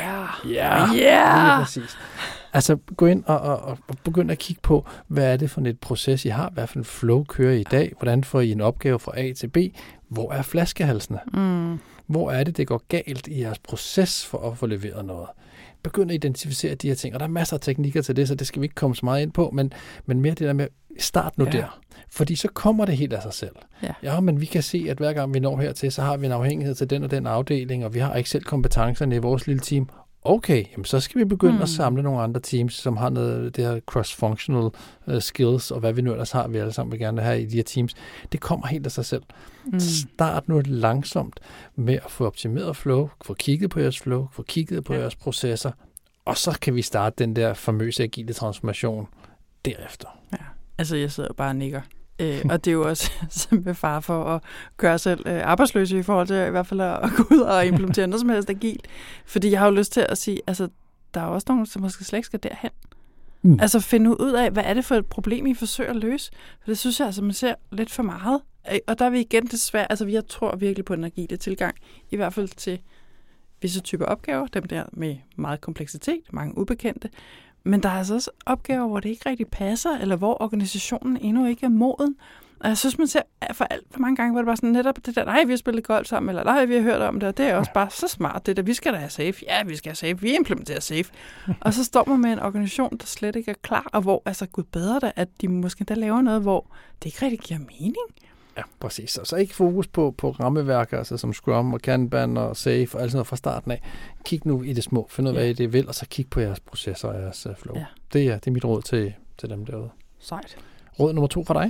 Ja, præcis. Altså gå ind og begynd at kigge på, hvad er det for et proces, I har? Hvad for en flow kører I i dag? Hvordan får I en opgave fra A til B? Hvor er flaskehalsene? Hvor er det går galt i jeres proces for at få leveret noget? Begynd at identificere de her ting, og der er masser af teknikker til det, så det skal vi ikke komme så meget ind på, men mere det der med, start nu der. Fordi så kommer det helt af sig selv. Ja, men vi kan se, at hver gang vi når hertil, så har vi en afhængighed til den og den afdeling, og vi har ikke selv kompetencerne i vores lille team. Okay, jamen så skal vi begynde at samle nogle andre teams, som har noget det her cross-functional skills, og hvad vi nu ellers har, vi alle sammen vil gerne have i de her teams. Det kommer helt af sig selv. Start nu langsomt med at få optimeret flow, få kigget på jeres flow, få kigget på jeres processer, og så kan vi starte den der famøse agile transformation derefter. Ja, altså jeg sidder jo bare og nikker. Og det er jo også med far for at gøre selv arbejdsløse i forhold til i hvert fald at gå ud og implementere noget som helst agilt. Fordi jeg har jo lyst til at sige, altså der er også nogen, som måske slet ikke skal derhen. Altså finde ud af, hvad er det for et problem, I forsøger at løse. For det synes jeg, altså man ser lidt for meget. Og der er vi igen desværre, altså jeg tror virkelig på den agile tilgang, i hvert fald til visse typer opgaver, dem der med meget kompleksitet, mange ubekendte. Men der er altså også opgaver, hvor det ikke rigtig passer, eller hvor organisationen endnu ikke er moden. Og jeg synes, man ser for alt for mange gange, hvor det bare sådan netop det der, nej, vi har spillet golf sammen, eller nej, vi har hørt om det, og det er også bare så smart, det der, vi skal da have safe. Ja, vi skal have safe, vi implementerer safe. Og så står man med en organisation, der slet ikke er klar, og hvor, altså gud bedre da, at de måske der laver noget, hvor det ikke rigtig giver mening. Ja, præcis. Så ikke fokus på rammeværker, altså som Scrum og Kanban og Safe og alt sådan noget fra starten af. Kig nu i det små, find ud af, hvad det vil, og så kig på jeres processer og jeres flow. Ja. Det er mit råd til dem derude. Sejt. Råd nummer 2 fra dig?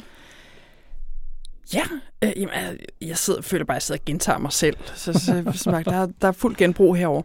Ja, jamen, jeg føler bare, at jeg sidder og gentager mig selv. Så der er fuld genbrug herovre.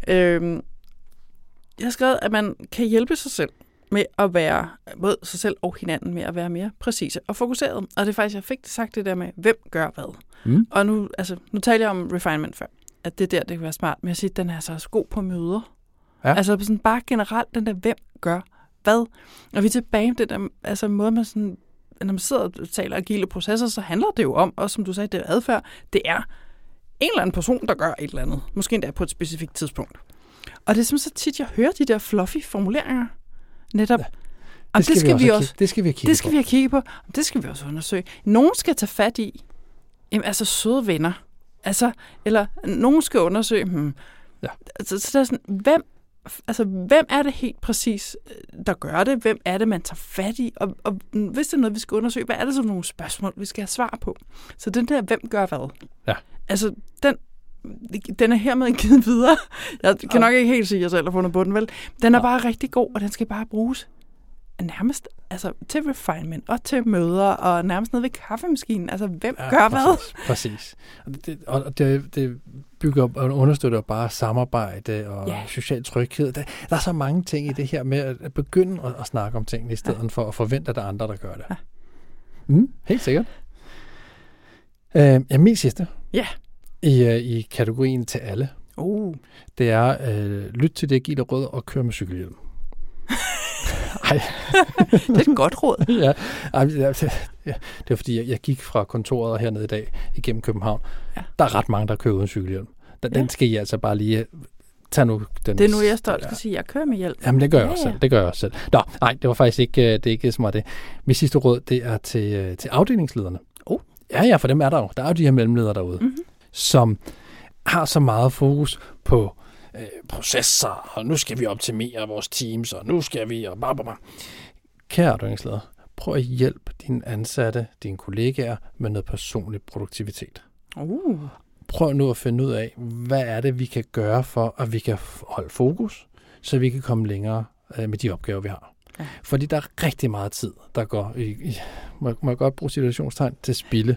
Jeg har skrevet, at man kan hjælpe sig selv med at være, både sig selv og hinanden, med at være mere præcise og fokuseret. Og det er faktisk, jeg fik sagt det der med, hvem gør hvad. Og nu taler jeg om refinement før, at det der, det kan være smart, men jeg siger, at den er så også god på møder. Ja. Altså sådan bare generelt, den der, hvem gør hvad. Og vi er tilbage med den der, altså måde, man sådan, når man sidder og taler agile processer, så handler det jo om, også som du sagde, det er adfærd, det er en eller anden person, der gør et eller andet. Måske endda på et specifikt tidspunkt. Og det er som så tit, jeg hører de der fluffy formuleringer. Netop. Ja, det skal vi også kigge på. Det skal vi også undersøge. Nogen skal tage fat i, altså søde venner. Altså, eller nogen skal undersøge, altså, så der er sådan, hvem er det helt præcis, der gør det? Hvem er det, man tager fat i? Og hvis det er noget, vi skal undersøge, hvad er det så nogle spørgsmål, vi skal have svar på? Så den der, hvem gør hvad? Ja. Altså, den er hermed givet videre. Jeg kan nok ikke helt sige, at jeg selv har fundet på den, vel? Den er bare rigtig god, og den skal bare bruges nærmest altså, til refinement og til møder, og nærmest nede ved kaffemaskinen. Altså, hvem gør hvad? Præcis. Og det bygger op og understøtter bare samarbejde og social tryghed. Der er så mange ting i det her med at begynde at snakke om tingene, i stedet for at forvente, at der er andre, der gør det. Ja. Helt sikkert. Min sidste. Ja. I kategorien til alle. Det er lyt til det agile råd og kør med cykelhjelm. Ej. Det er et godt råd. Det er fordi, jeg gik fra kontoret hernede i dag igennem København. Ja. Der er ret mange, der kører uden cykelhjelm. Den skal I altså bare lige tag nu den. Det er nu, jeg stolt skal sige, at jeg kører med hjælp. Jamen, det gør jeg også selv. Det gør jeg også selv. Nå, nej, det var faktisk ikke, det er ikke så meget det. Mit sidste råd, det er til afdelingslederne. Ja, for dem er der jo. Der er jo de her mellemledere derude, som har så meget fokus på processer, og nu skal vi optimere vores teams, og nu skal vi, og blablabla. Kære afdelingsleder, prøv at hjælpe dine ansatte, dine kollegaer med noget personlig produktivitet. Prøv nu at finde ud af, hvad er det, vi kan gøre for, at vi kan holde fokus, så vi kan komme længere med de opgaver, vi har. Ja. Fordi der er rigtig meget tid, der går må jeg godt bruge situationstegn til spilde?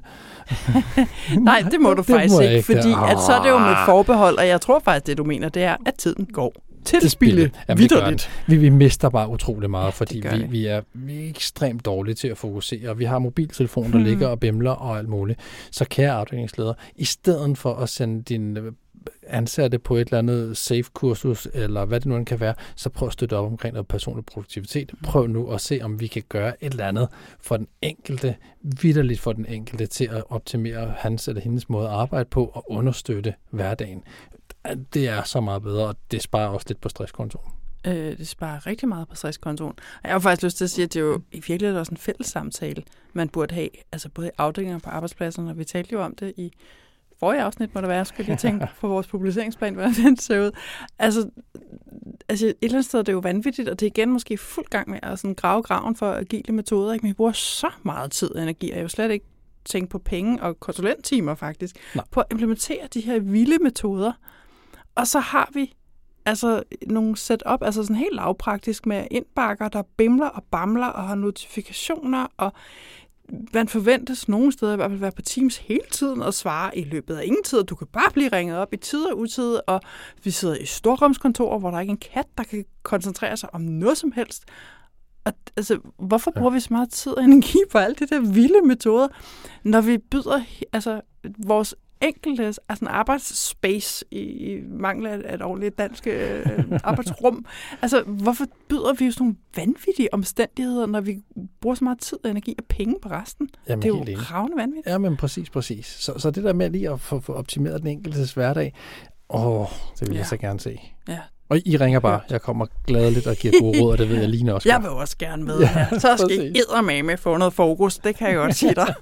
Nej, det må du faktisk ikke, fordi at så er det jo med forbehold, og jeg tror faktisk, det du mener, det er, at tiden går til spilde. Vi mister bare utrolig meget, fordi vi er ekstremt dårlige til at fokusere, og vi har mobiltelefoner, der ligger og bimler og alt muligt. Så kære afdelingsleder, i stedet for at sende dine ansatte på et eller andet safe-kursus, eller hvad det nu kan være, så prøv at støtte op omkring noget personlig produktivitet. Prøv nu at se, om vi kan gøre et eller andet for den enkelte, vitterligt for den enkelte, til at optimere hans eller hendes måde at arbejde på og understøtte hverdagen. Det er så meget bedre, og det sparer også lidt på stresskontoen. Det sparer rigtig meget på stresskontoen. Og jeg har faktisk lyst til at sige, at det er jo i virkeligheden også en fælles samtale, man burde have, altså både i afdelinger og på arbejdspladserne, og vi talte jo om det i forrige afsnit, må der være, skulle jeg tænke for vores publiceringsplan, hvordan den ser ud. Altså et eller andet sted er det jo vanvittigt, og det er igen måske fuld gang med at sådan grave graven for agile metoder, ikke? Men vi bruger så meget tid og energi, og jeg er jo slet ikke tænkt på penge og konsulenttimer faktisk, på at implementere de her vilde metoder. Og så har vi altså nogle setup, altså sådan helt lavpraktisk med indbakker, der bimler og bamler og har notifikationer, og man forventes nogle steder i hvert fald være på Teams hele tiden og svare i løbet af ingen tid, og du kan bare blive ringet op i tid og utid, og vi sidder i storrumskontorer, hvor der ikke er en kat, der kan koncentrere sig om noget som helst. Og, altså, hvorfor bruger vi så meget tid og energi på alle de der vilde metoder, når vi byder altså vores enkelte altså arbejdsspace i mangel af et ordentligt dansk arbejdsrum. Altså, hvorfor byder vi jo sådan nogle vanvittige omstændigheder, når vi bruger så meget tid, energi og penge på resten? Jamen, det er jo ravende vanvittigt. Ja, men præcis. Så det der med lige at få optimeret den enkeltes hverdag, det vil jeg så gerne se. Ja. Og I ringer bare. Jeg kommer gladeligt og giver gode råd, og det ved jeg Line også. Jeg vil også gerne med her. Så skal I eddermame få noget fokus. Det kan jeg godt sige dig.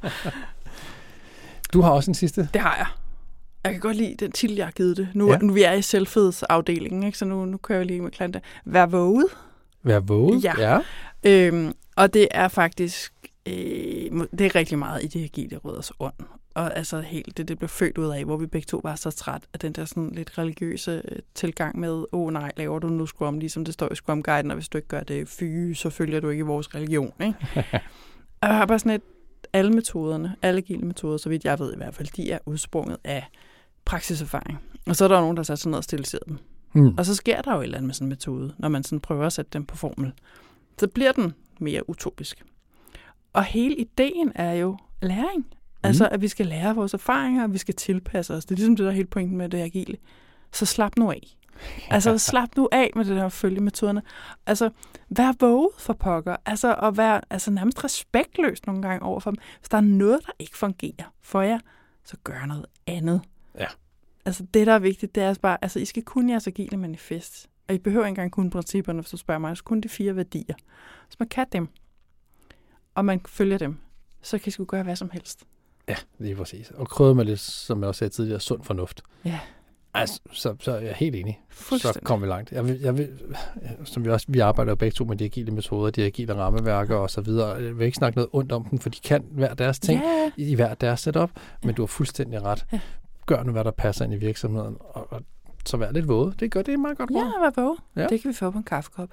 Du har også en sidste? Det har jeg. Jeg kan godt lide den titel, jeg har givet det. Nu vi er i selvfedsafdelingen, ikke? Så nu kører jeg lige med klante. Vær våget. Vær våget? Ja. Og det er faktisk det er rigtig meget i det agile rødders ånd. Og altså helt det blev født ud af, hvor vi begge to var så træt af den der sådan lidt religiøse tilgang med, nej, laver du nu Scrum, ligesom det står i Scrum-guiden, og hvis du ikke gør det, så følger du ikke vores religion, ikke? Og jeg har bare sådan alle metoderne, alle agile metoder, så vidt jeg ved i hvert fald, de er udsprunget af praksiserfaring. Og så er der nogen, der sætter sig ned og stiliserer dem. Og så sker der jo et eller andet med sådan en metode, når man sådan prøver at sætte dem på formel. Så bliver den mere utopisk. Og hele ideen er jo læring. Altså, at vi skal lære vores erfaringer, og vi skal tilpasse os. Det er ligesom det, der er helt pointen med det agile. Så slap nu af. Altså, slap nu af med det der følgemetoderne. Altså, vær våget for pokker. Altså, og vær nærmest respektløs nogle gange over for dem. Hvis der er noget, der ikke fungerer for jer, så gør noget andet. Ja. Altså, det, der er vigtigt, det er bare, I skal kunne jeres agile manifest. Og I behøver ikke engang kunne principperne, hvis du spørger mig. Så kun de 4 værdier. Så man kan dem, og man følger dem, så kan I sgu gøre hvad som helst. Ja, lige præcis. Og krydder med lidt, som jeg også sagde tidligere, sund fornuft. Ja. Altså, så er jeg helt enig. Så kommer vi langt. Jeg vil, som vi arbejder jo begge to med de agile metoder, de agile rammeværker og så videre. Jeg vil ikke snakke noget ondt om dem, for de kan hver deres ting i hver deres setup, men du har fuldstændig ret. Ja. Gør nu, hvad der passer ind i virksomheden, og så vær lidt våde. Det er meget godt råd. Ja, vær våde. Ja. Det kan vi få på en kaffekop.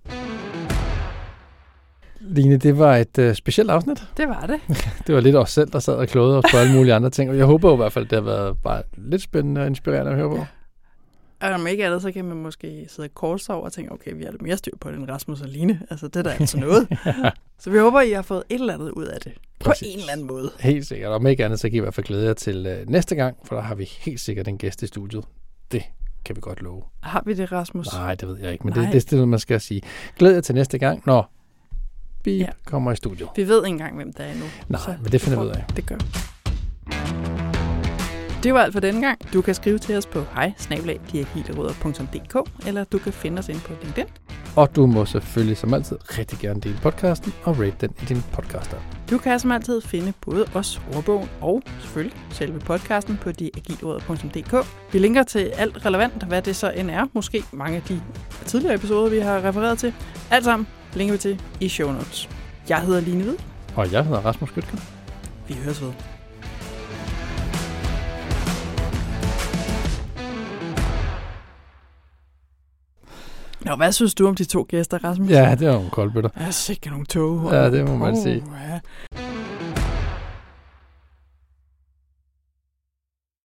Line, det var et specielt afsnit. Det var det. Det var lidt os selv, der sad og klodede os på alle mulige andre ting. Og jeg håber jo i hvert fald, det har været bare lidt spændende og inspirerende at høre på. Ja. Og om ikke andet, så kan man måske sidde kort over og tænke, okay, vi har lidt mere styr på den Rasmus og Line. Altså, det der er altså noget. Så vi håber, I har fået et eller andet ud af det. Præcis. På en eller anden måde. Helt sikkert. Og om ikke andet, så kan I hvert fald glæde jer til næste gang, for der har vi helt sikkert en gæst i studiet. Det kan vi godt love. Har vi det, Rasmus? Nej, det ved jeg ikke, men det er det, man skal sige. Glæd jer til næste gang, når vi kommer i studiet. Vi ved ikke engang, hvem der er endnu. Nej, men det finder vi ud af. Det gør. Det var alt for denne gang. Du kan skrive til os på hej@diagilerødder.dk, eller du kan finde os inde på LinkedIn. Og du må selvfølgelig som altid rigtig gerne dele podcasten og rate den i din podcaster. Du kan som altid finde både os, ordbogen og selvfølgelig selve podcasten på diagilerødder.dk. Vi linker til alt relevant, hvad det så end er. Måske mange af de tidligere episoder, vi har refereret til. Alt sammen linker vi til i show notes. Jeg hedder Line Hvid. Og jeg hedder Rasmus Skytke. Vi høres ved. Nå, hvad synes du om de 2 gæster, Rasmus? Ja, det var nogle koldbøtter. Jeg er sikkert nogle tog. Ja, det må man sige. Ja.